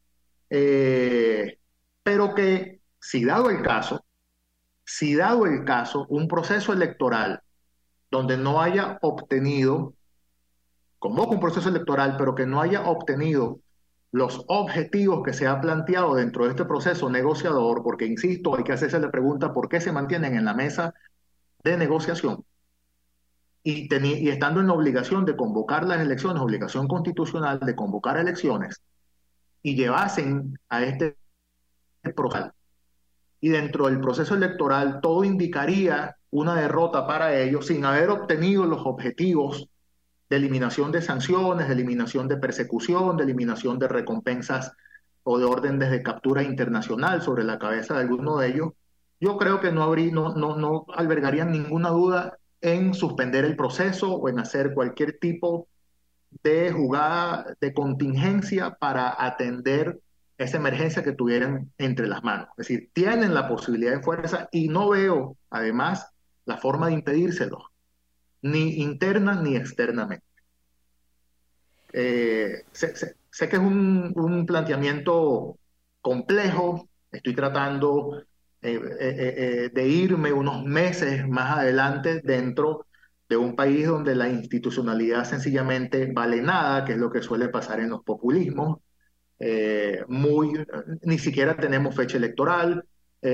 pero que si dado el caso, un proceso electoral donde no haya obtenido, convoca un proceso electoral, pero que no haya obtenido los objetivos que se ha planteado dentro de este proceso negociador, porque insisto, hay que hacerse la pregunta por qué se mantienen en la mesa de negociación y estando en la obligación de convocar las elecciones, obligación constitucional de convocar elecciones, y llevasen a este proceso. Y dentro del proceso electoral todo indicaría una derrota para ellos sin haber obtenido los objetivos de eliminación de sanciones, de eliminación de persecución, de eliminación de recompensas o de órdenes de captura internacional sobre la cabeza de alguno de ellos. Yo creo que no albergarían ninguna duda en suspender el proceso o en hacer cualquier tipo de jugada de contingencia para atender esa emergencia que tuvieran entre las manos. Es decir, tienen la posibilidad de fuerza y no veo, además, la forma de impedírselo, ni interna ni externamente. Sé que es un planteamiento complejo, estoy tratando de irme unos meses más adelante dentro de un país donde la institucionalidad sencillamente vale nada, que es lo que suele pasar en los populismos. Ni siquiera tenemos fecha electoral.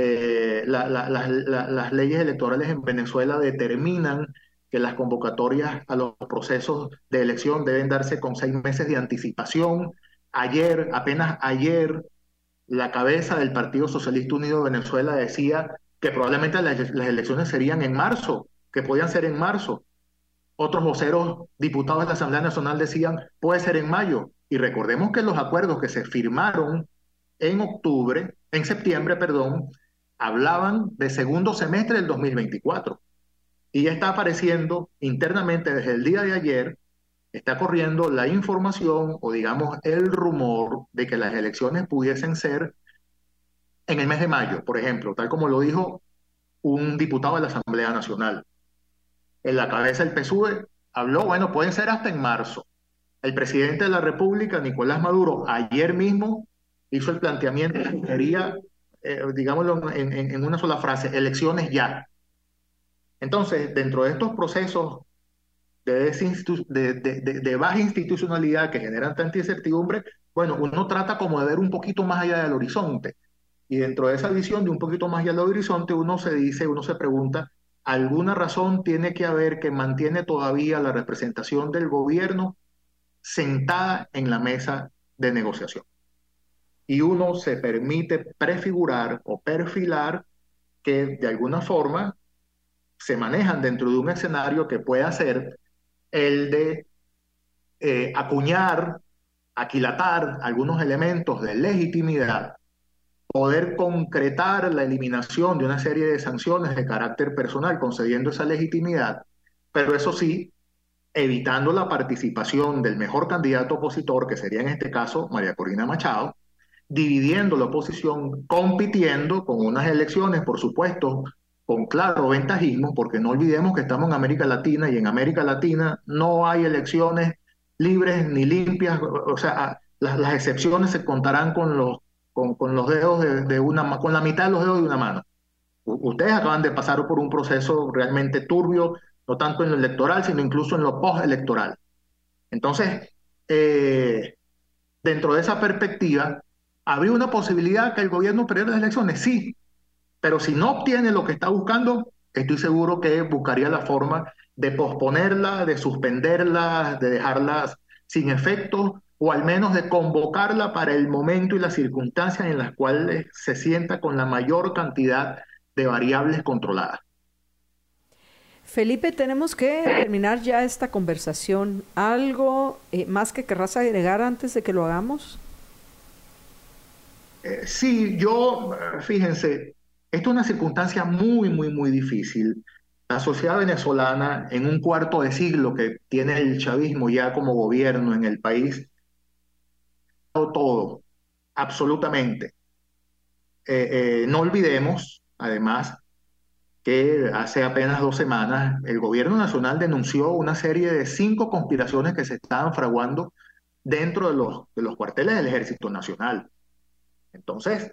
Las leyes electorales en Venezuela determinan que las convocatorias a los procesos de elección deben darse con 6 meses de anticipación. Apenas ayer, la cabeza del Partido Socialista Unido de Venezuela decía que probablemente las elecciones serían en marzo, que podían ser en marzo. Otros voceros, diputados de la Asamblea Nacional decían, puede ser en mayo. Y recordemos que los acuerdos que se firmaron en septiembre, hablaban de segundo semestre del 2024. Y ya está apareciendo internamente desde el día de ayer, está corriendo la información o digamos el rumor de que las elecciones pudiesen ser en el mes de mayo, por ejemplo, tal como lo dijo un diputado de la Asamblea Nacional. En la cabeza del PSUV habló, bueno, pueden ser hasta en marzo. El presidente de la República, Nicolás Maduro, ayer mismo hizo el planteamiento que quería, digámoslo en una sola frase, elecciones ya. Entonces, dentro de estos procesos de baja institucionalidad que generan tanta incertidumbre, bueno, uno trata como de ver un poquito más allá del horizonte. Y dentro de esa visión de un poquito más allá del horizonte, uno se dice, uno se pregunta, ¿alguna razón tiene que haber que mantiene todavía la representación del gobierno sentada en la mesa de negociación? Y uno se permite prefigurar o perfilar que de alguna forma se manejan dentro de un escenario que pueda ser el de acuñar, aquilatar algunos elementos de legitimidad, poder concretar la eliminación de una serie de sanciones de carácter personal, concediendo esa legitimidad, pero eso sí, evitando la participación del mejor candidato opositor, que sería en este caso María Corina Machado, dividiendo la oposición, compitiendo con unas elecciones, por supuesto, con claro ventajismo, porque no olvidemos que estamos en América Latina y en América Latina no hay elecciones libres ni limpias, o sea, las excepciones se contarán con los dedos con la mitad de los dedos de una mano. Ustedes acaban de pasar por un proceso realmente turbio, no tanto en lo electoral, sino incluso en lo postelectoral. Entonces, dentro de esa perspectiva, ¿habría una posibilidad que el gobierno perdiera las elecciones? Sí, pero si no obtiene lo que está buscando, estoy seguro que buscaría la forma de posponerla, de suspenderla, de dejarlas sin efecto, o al menos de convocarla para el momento y las circunstancias en las cuales se sienta con la mayor cantidad de variables controladas. Felipe, tenemos que terminar ya esta conversación. ¿Algo más que querrás agregar antes de que lo hagamos? Sí, fíjense, esto es una circunstancia muy, muy, muy difícil. La sociedad venezolana, en un cuarto de siglo que tiene el chavismo ya como gobierno en el país, todo, absolutamente. No olvidemos, además, que hace apenas 2 semanas el gobierno nacional denunció una serie de 5 conspiraciones que se estaban fraguando dentro de los cuarteles del Ejército Nacional. Entonces,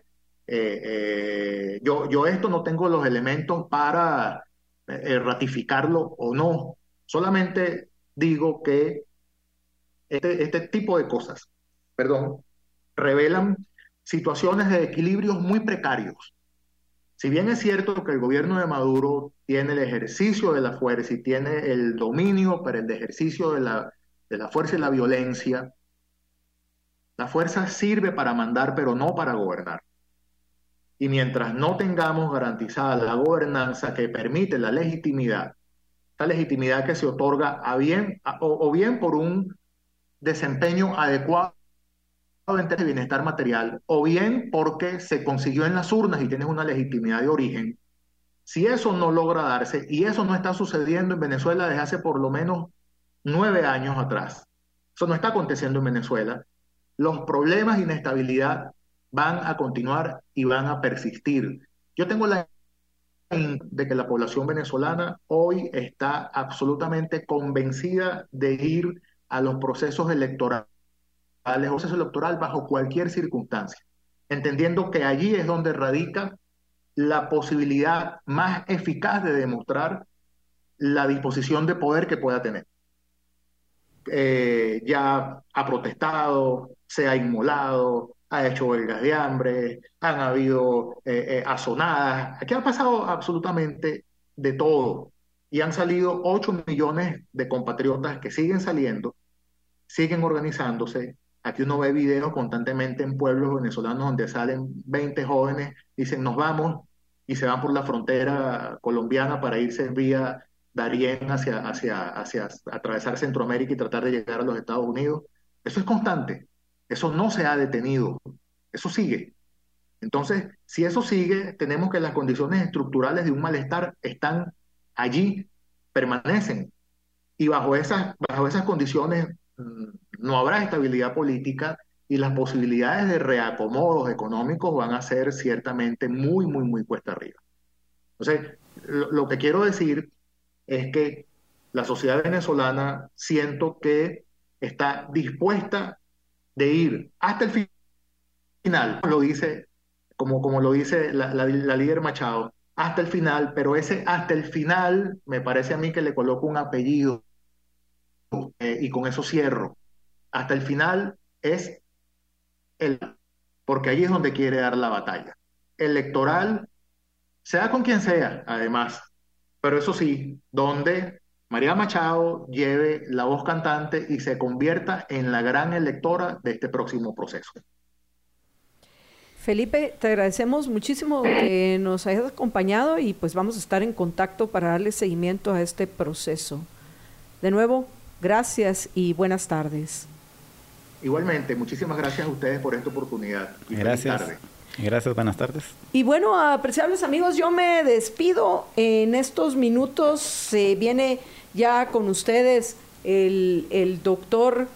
yo esto no tengo los elementos para ratificarlo o no. Solamente digo que este tipo de cosas, revelan situaciones de equilibrios muy precarios. Si bien es cierto que el gobierno de Maduro tiene el ejercicio de la fuerza y tiene el dominio para el ejercicio de la fuerza y la violencia, la fuerza sirve para mandar, pero no para gobernar. Y mientras no tengamos garantizada la gobernanza que permite la legitimidad, esta legitimidad que se otorga o bien por un desempeño adecuado en términos de bienestar material, o bien porque se consiguió en las urnas y tienes una legitimidad de origen, si eso no logra darse, y eso no está sucediendo en Venezuela desde hace por lo menos 9 años atrás, eso no está aconteciendo en Venezuela, los problemas de inestabilidad van a continuar y van a persistir. Yo tengo la de que la población venezolana hoy está absolutamente convencida de ir a los procesos electorales, al proceso electoral bajo cualquier circunstancia, entendiendo que allí es donde radica la posibilidad más eficaz de demostrar la disposición de poder que pueda tener. Ya ha protestado, se ha inmolado, ha hecho huelgas de hambre, han habido azonadas, aquí ha pasado absolutamente de todo y han salido 8 millones de compatriotas que siguen saliendo, siguen organizándose. Aquí uno ve videos constantemente en pueblos venezolanos donde salen 20 jóvenes, dicen nos vamos y se van por la frontera colombiana para irse vía Darién hacia atravesar Centroamérica y tratar de llegar a los Estados Unidos. Eso es constante, eso no se ha detenido, eso sigue. Entonces, si eso sigue, tenemos que las condiciones estructurales de un malestar están allí permanecen. Y bajo esas condiciones no habrá estabilidad política y las posibilidades de reacomodos económicos van a ser ciertamente muy, muy, muy cuesta arriba. Entonces, lo que quiero decir es que la sociedad venezolana siento que está dispuesta de ir hasta el final, como lo dice la líder Machado, hasta el final, pero ese hasta el final me parece a mí que le coloco un apellido y con eso cierro. Hasta el final es porque ahí es donde quiere dar la batalla. Electoral, sea con quien sea, además, pero eso sí, donde María Machado lleve la voz cantante y se convierta en la gran electora de este próximo proceso. Felipe, te agradecemos muchísimo que nos hayas acompañado y pues vamos a estar en contacto para darle seguimiento a este proceso. De nuevo, gracias y buenas tardes. Igualmente, muchísimas gracias a ustedes por esta oportunidad. Y gracias. Feliz tarde. Gracias, buenas tardes. Y bueno, apreciables amigos, yo me despido. En estos minutos se viene ya con ustedes el doctor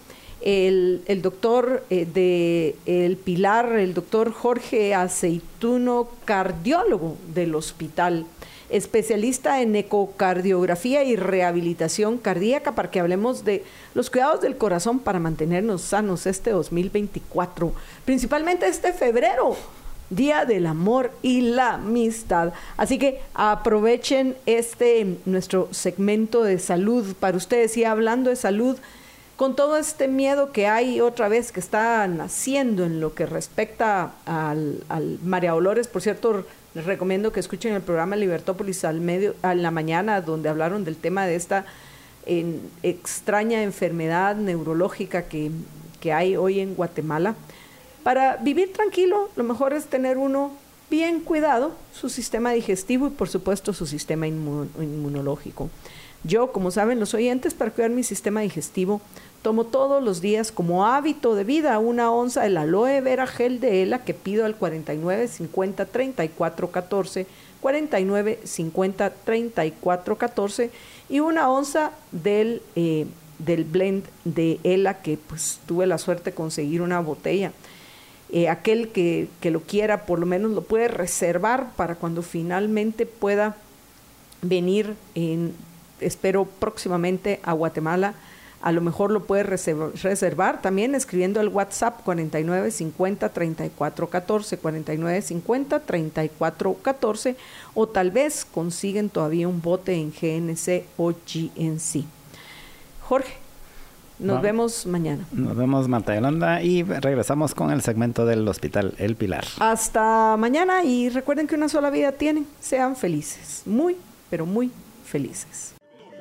de El Pilar, el doctor Jorge Aceituno, cardiólogo del hospital, especialista en ecocardiografía y rehabilitación cardíaca, para que hablemos de los cuidados del corazón para mantenernos sanos este 2024, principalmente este febrero, Día del Amor y la Amistad. Así que aprovechen nuestro segmento de salud para ustedes. Y hablando de salud, con todo este miedo que hay otra vez que está naciendo en lo que respecta al María Dolores, por cierto, les recomiendo que escuchen el programa Libertópolis a la mañana, donde hablaron del tema de esta extraña enfermedad neurológica que hay hoy en Guatemala. Para vivir tranquilo, lo mejor es tener uno bien cuidado, su sistema digestivo y por supuesto su sistema inmunológico. Yo, como saben los oyentes, para cuidar mi sistema digestivo, tomo todos los días como hábito de vida 1 onza del aloe vera gel de ELA, que pido al 49 50 34 14, 49 50 34 14, y 1 onza del blend de ELA, que pues tuve la suerte de conseguir una botella. Aquel que lo quiera, por lo menos lo puede reservar para cuando finalmente pueda venir espero próximamente a Guatemala. A lo mejor lo puede reservar también escribiendo al WhatsApp 49 50 34 14, 49 50 34 14, o tal vez consiguen todavía un bote en GNC o GNC. Jorge, nos vemos mañana. Nos vemos, Marta Yolanda, y regresamos con el segmento del Hospital El Pilar. Hasta mañana, y recuerden que una sola vida tienen. Sean felices, muy, pero muy felices.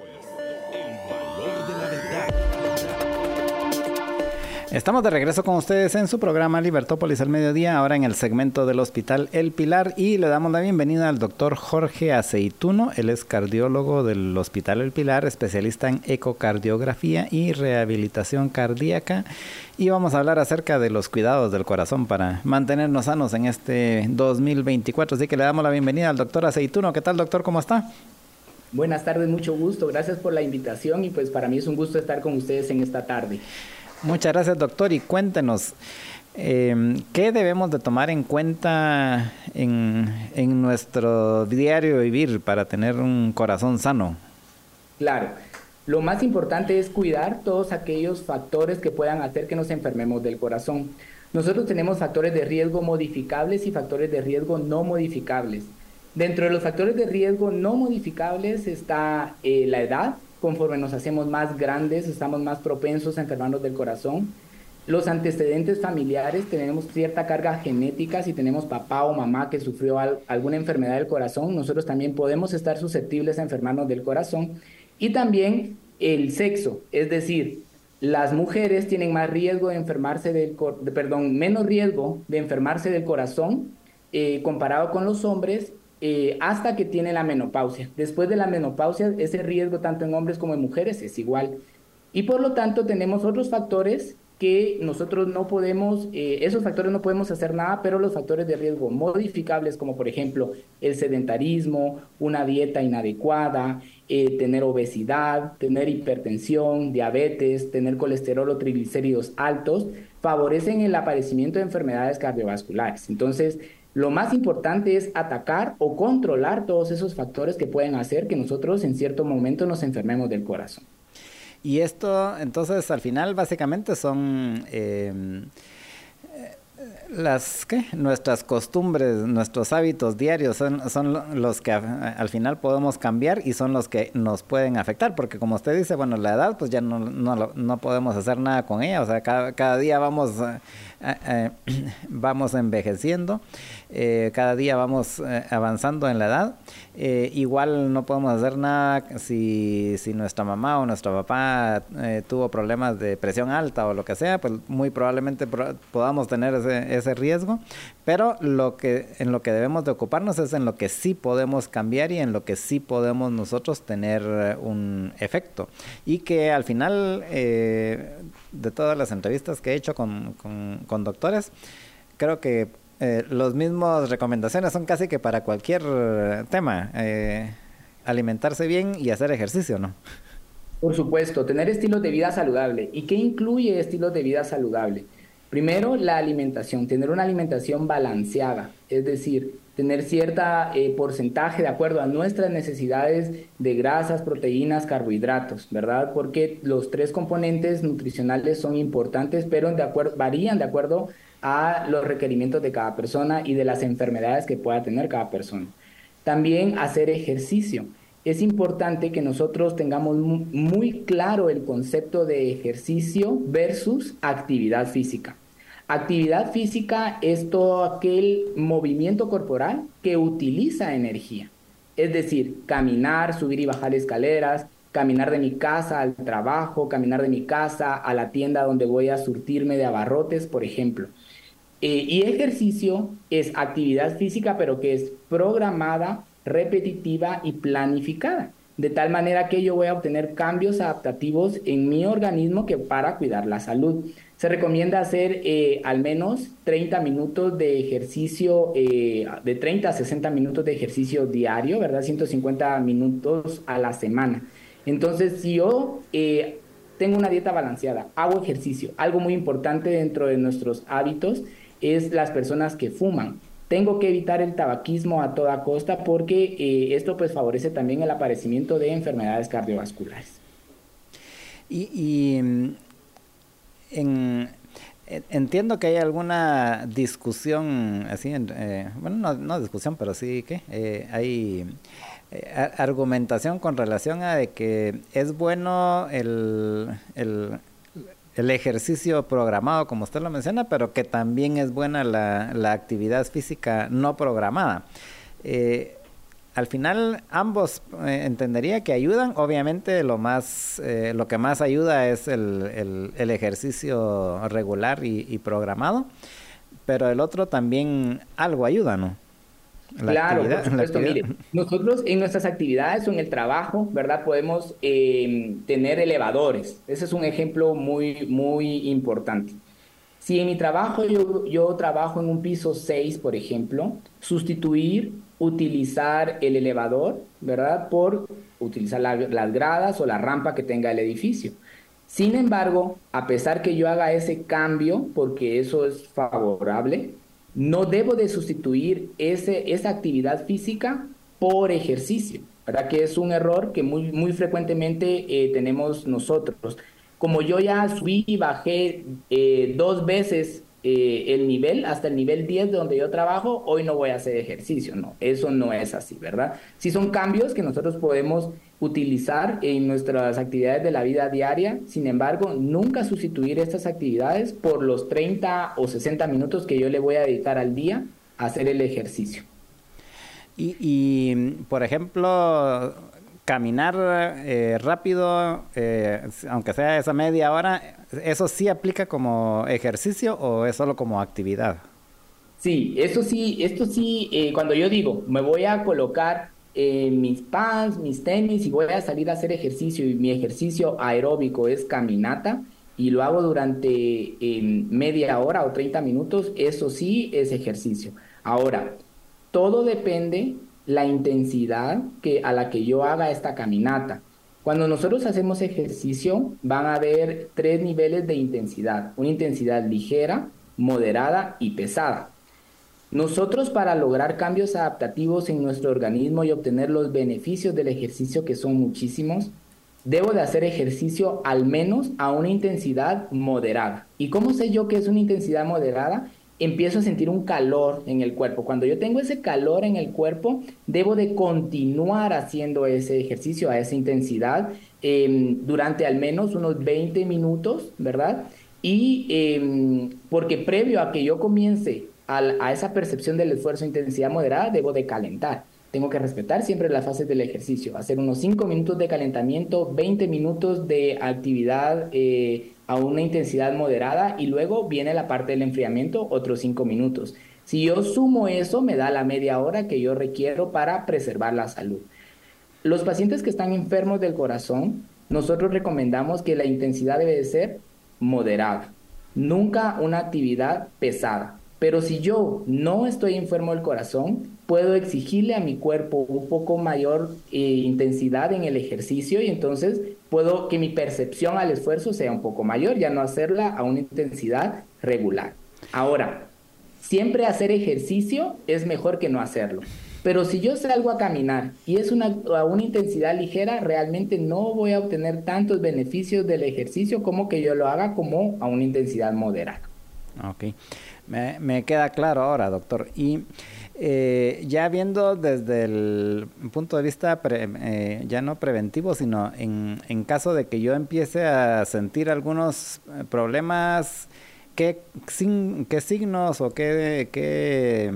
Estamos de regreso con ustedes en su programa Libertópolis al mediodía, ahora en el segmento del Hospital El Pilar, y le damos la bienvenida al doctor Jorge Aceituno. Él es cardiólogo del Hospital El Pilar, especialista en ecocardiografía y rehabilitación cardíaca, y vamos a hablar acerca de los cuidados del corazón para mantenernos sanos en este 2024. Así que le damos la bienvenida al doctor Aceituno. ¿Qué tal, doctor? ¿Cómo está? Buenas tardes, mucho gusto. Gracias por la invitación y pues para mí es un gusto estar con ustedes en esta tarde. Muchas gracias, doctor, y cuéntenos, ¿qué debemos de tomar en cuenta en nuestro diario vivir para tener un corazón sano? Claro, lo más importante es cuidar todos aquellos factores que puedan hacer que nos enfermemos del corazón. Nosotros tenemos factores de riesgo modificables y factores de riesgo no modificables. Dentro de los factores de riesgo no modificables está la edad. Conforme nos hacemos más grandes, estamos más propensos a enfermarnos del corazón. Los antecedentes familiares, tenemos cierta carga genética. Si tenemos papá o mamá que sufrió alguna enfermedad del corazón, nosotros también podemos estar susceptibles a enfermarnos del corazón. Y también el sexo, es decir, las mujeres tienen más riesgo de enfermarse menos riesgo de enfermarse del corazón comparado con los hombres. Hasta que tiene la menopausia. Después de la menopausia, ese riesgo tanto en hombres como en mujeres es igual. Y por lo tanto tenemos otros factores que nosotros no podemos, esos factores no podemos hacer nada, pero los factores de riesgo modificables, como por ejemplo el sedentarismo, una dieta inadecuada, tener obesidad, tener hipertensión, diabetes, tener colesterol o triglicéridos altos, favorecen el aparecimiento de enfermedades cardiovasculares. Entonces, lo más importante es atacar o controlar todos esos factores que pueden hacer que nosotros en cierto momento nos enfermemos del corazón. Y esto, entonces, al final, básicamente son nuestras costumbres, nuestros hábitos diarios, son los que al final podemos cambiar y son los que nos pueden afectar, porque como usted dice, bueno, la edad, pues ya no podemos hacer nada con ella, o sea, cada día vamos envejeciendo, cada día vamos avanzando en la edad. Igual no podemos hacer nada si nuestra mamá o nuestro papá tuvo problemas de presión alta o lo que sea, pues muy probablemente podamos tener ese riesgo, pero en lo que debemos de ocuparnos es en lo que sí podemos cambiar y en lo que sí podemos nosotros tener un efecto. Y que al final, de todas las entrevistas que he hecho con doctores, creo que los mismos recomendaciones son casi que para cualquier tema, alimentarse bien y hacer ejercicio, ¿no? Por supuesto, tener estilos de vida saludable. ¿Y qué incluye estilos de vida saludable? Primero, la alimentación, tener una alimentación balanceada, es decir, tener cierta porcentaje de acuerdo a nuestras necesidades de grasas, proteínas, carbohidratos, ¿verdad? Porque los tres componentes nutricionales son importantes, pero varían de acuerdo a los requerimientos de cada persona y de las enfermedades que pueda tener cada persona. También hacer ejercicio. Es importante que nosotros tengamos muy claro el concepto de ejercicio versus actividad física. Actividad física es todo aquel movimiento corporal que utiliza energía. Es decir, caminar, subir y bajar escaleras, caminar de mi casa al trabajo, caminar de mi casa a la tienda donde voy a surtirme de abarrotes, por ejemplo. Y ejercicio es actividad física, pero que es programada, repetitiva y planificada, de tal manera que yo voy a obtener cambios adaptativos en mi organismo para cuidar la salud. Se recomienda hacer al menos 30 minutos de ejercicio, de 30 a 60 minutos de ejercicio diario, ¿verdad? 150 minutos a la semana. Entonces, si yo tengo una dieta balanceada, hago ejercicio, algo muy importante dentro de nuestros hábitos es las personas que fuman. Tengo que evitar el tabaquismo a toda costa porque esto pues favorece también el aparecimiento de enfermedades cardiovasculares. Entiendo que hay alguna discusión, así, bueno, no discusión, pero sí que hay argumentación con relación a de que es bueno el ejercicio programado, como usted lo menciona, pero que también es buena la actividad física no programada. Al final, ambos entendería que ayudan. Obviamente, lo que más ayuda es el ejercicio regular y programado, pero el otro también algo ayuda, ¿no? Claro, por supuesto. Mire, nosotros en nuestras actividades o en el trabajo, ¿verdad? Podemos tener elevadores. Ese es un ejemplo muy, muy importante. Si en mi trabajo yo trabajo en un piso 6, por ejemplo, utilizar el elevador, ¿verdad? Por utilizar las gradas o la rampa que tenga el edificio. Sin embargo, a pesar que yo haga ese cambio, porque eso es favorable, no debo de sustituir esa actividad física por ejercicio, ¿verdad? Que es un error que muy, muy frecuentemente tenemos nosotros. Como yo ya subí y bajé 2 veces el nivel, hasta el nivel 10 de donde yo trabajo, hoy no voy a hacer ejercicio. No, eso no es así, ¿verdad? Sí son cambios que nosotros podemos utilizar en nuestras actividades de la vida diaria, sin embargo, nunca sustituir estas actividades por los 30 o 60 minutos que yo le voy a dedicar al día a hacer el ejercicio. Y por ejemplo, caminar rápido, aunque sea esa media hora, ¿eso sí aplica como ejercicio o es solo como actividad? Sí, esto sí, cuando yo digo, me voy a colocar mis pants, mis tenis y voy a salir a hacer ejercicio y mi ejercicio aeróbico es caminata, y lo hago durante media hora o 30 minutos, eso sí es ejercicio. Ahora, todo depende la intensidad a la que yo haga esta caminata. Cuando nosotros hacemos ejercicio, van a haber 3 niveles de intensidad. Una intensidad ligera, moderada y pesada. Nosotros, para lograr cambios adaptativos en nuestro organismo y obtener los beneficios del ejercicio, que son muchísimos, debo de hacer ejercicio al menos a una intensidad moderada. ¿Y cómo sé yo que es una intensidad moderada? Empiezo a sentir un calor en el cuerpo. Cuando yo tengo ese calor en el cuerpo, debo de continuar haciendo ese ejercicio a esa intensidad durante al menos unos 20 minutos, ¿verdad? Y porque previo a que yo comience a esa percepción del esfuerzo de intensidad moderada, debo de calentar. Tengo que respetar siempre las fases del ejercicio, hacer unos 5 minutos de calentamiento, 20 minutos de actividad a una intensidad moderada y luego viene la parte del enfriamiento, otros 5 minutos. Si yo sumo eso, me da la media hora que yo requiero para preservar la salud. Los pacientes que están enfermos del corazón, nosotros recomendamos que la intensidad debe de ser moderada, nunca una actividad pesada. Pero si yo no estoy enfermo del corazón, puedo exigirle a mi cuerpo un poco mayor intensidad en el ejercicio y entonces puedo que mi percepción al esfuerzo sea un poco mayor, ya no hacerla a una intensidad regular. Ahora, siempre hacer ejercicio es mejor que no hacerlo. Pero si yo salgo a caminar y es a una intensidad ligera, realmente no voy a obtener tantos beneficios del ejercicio como que yo lo haga como a una intensidad moderada. Ok. Me queda claro ahora, doctor. Y ya viendo desde el punto de vista ya no preventivo, sino en caso de que yo empiece a sentir algunos problemas, ¿qué signos o qué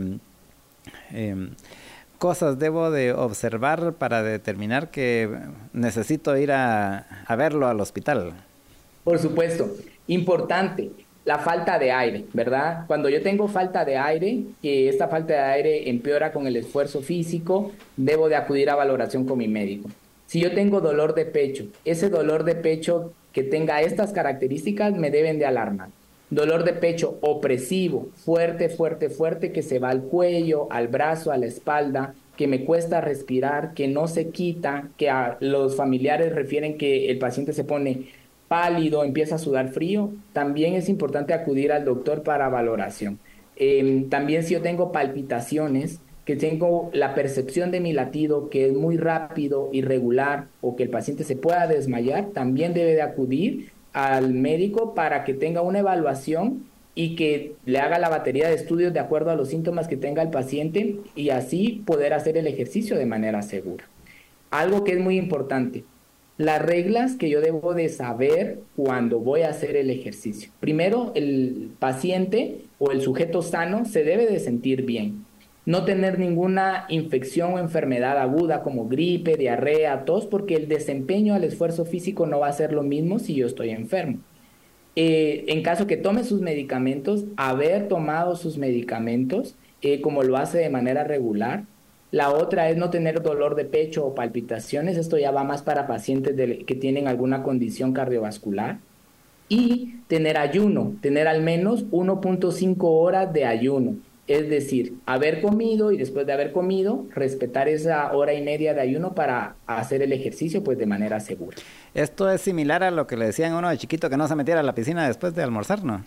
cosas debo de observar para determinar que necesito ir a verlo al hospital? Por supuesto, importante. La falta de aire, ¿verdad? Cuando yo tengo falta de aire, que esta falta de aire empeora con el esfuerzo físico, debo de acudir a valoración con mi médico. Si yo tengo dolor de pecho, ese dolor de pecho que tenga estas características me deben de alarmar. Dolor de pecho opresivo, fuerte, fuerte, fuerte, que se va al cuello, al brazo, a la espalda, que me cuesta respirar, que no se quita, que a los familiares refieren que el paciente se pone pálido, empieza a sudar frío, también es importante acudir al doctor para valoración. También si yo tengo palpitaciones, que tengo la percepción de mi latido que es muy rápido, irregular, o que el paciente se pueda desmayar, también debe de acudir al médico para que tenga una evaluación y que le haga la batería de estudios de acuerdo a los síntomas que tenga el paciente y así poder hacer el ejercicio de manera segura. Algo que es muy importante, las reglas que yo debo de saber cuando voy a hacer el ejercicio. Primero, el paciente o el sujeto sano se debe de sentir bien. No tener ninguna infección o enfermedad aguda como gripe, diarrea, tos, porque el desempeño al esfuerzo físico no va a ser lo mismo si yo estoy enfermo. En caso que tome sus medicamentos, haber tomado sus medicamentos como lo hace de manera regular. La otra es no tener dolor de pecho o palpitaciones. Esto ya va más para pacientes que tienen alguna condición cardiovascular. Y tener ayuno, tener al menos 1.5 horas de ayuno. Es decir, haber comido y después de haber comido, respetar esa hora y media de ayuno para hacer el ejercicio pues de manera segura. Esto es similar a lo que le decían a uno de chiquito, que no se metiera a la piscina después de almorzar, ¿no?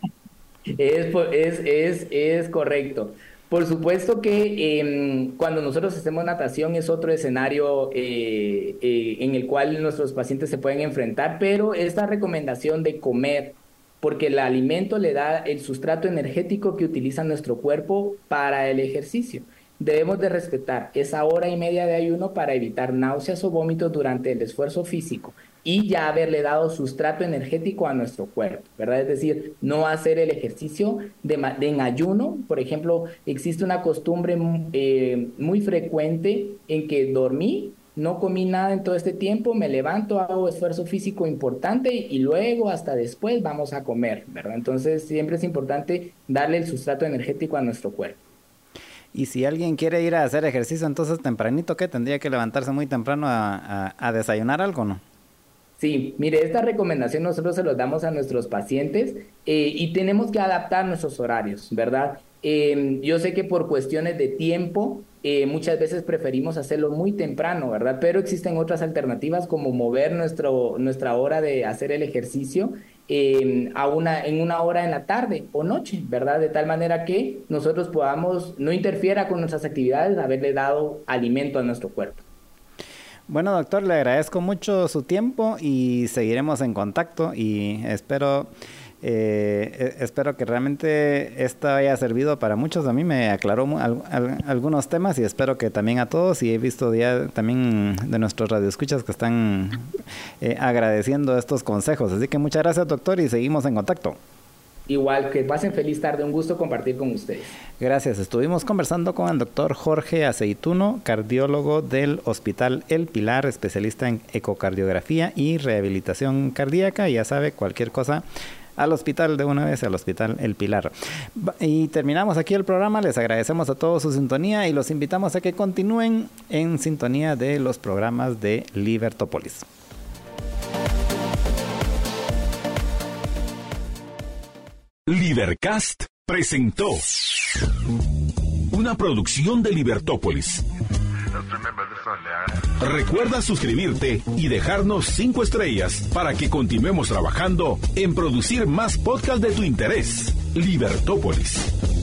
Es correcto. Por supuesto que cuando nosotros hacemos natación es otro escenario en el cual nuestros pacientes se pueden enfrentar, pero esta recomendación de comer, porque el alimento le da el sustrato energético que utiliza nuestro cuerpo para el ejercicio. Debemos de respetar esa hora y media de ayuno para evitar náuseas o vómitos durante el esfuerzo físico y ya haberle dado sustrato energético a nuestro cuerpo, ¿verdad? Es decir, no hacer el ejercicio en ayuno. Por ejemplo, existe una costumbre muy frecuente en que dormí, no comí nada en todo este tiempo, me levanto, hago esfuerzo físico importante y luego hasta después vamos a comer, ¿verdad? Entonces siempre es importante darle el sustrato energético a nuestro cuerpo. Y si alguien quiere ir a hacer ejercicio, entonces tempranito, ¿qué? ¿Tendría que levantarse muy temprano a desayunar algo, no? Sí, mire, esta recomendación nosotros se los damos a nuestros pacientes y tenemos que adaptar nuestros horarios, ¿verdad? Yo sé que por cuestiones de tiempo muchas veces preferimos hacerlo muy temprano, ¿verdad? Pero existen otras alternativas como mover nuestra hora de hacer el ejercicio en una hora en la tarde o noche, ¿verdad? De tal manera que nosotros podamos, no interfiera con nuestras actividades, haberle dado alimento a nuestro cuerpo. Bueno, doctor, le agradezco mucho su tiempo y seguiremos en contacto y espero que realmente esto haya servido para muchos. A mí me aclaró algunos temas y espero que también a todos, y he visto ya también de nuestros radioescuchas que están agradeciendo estos consejos. Así que muchas gracias, doctor, y seguimos en contacto. Igual, que pasen feliz tarde, un gusto compartir con ustedes. Gracias, estuvimos conversando con el doctor Jorge Aceituno, cardiólogo del Hospital El Pilar, especialista en ecocardiografía y rehabilitación cardíaca. Ya sabe, cualquier cosa al hospital de una vez, al Hospital El Pilar. Y terminamos aquí el programa, les agradecemos a todos su sintonía y los invitamos a que continúen en sintonía de los programas de Libertópolis. Libercast presentó una producción de Libertópolis. Recuerda suscribirte y dejarnos 5 estrellas para que continuemos trabajando en producir más podcasts de tu interés. Libertópolis.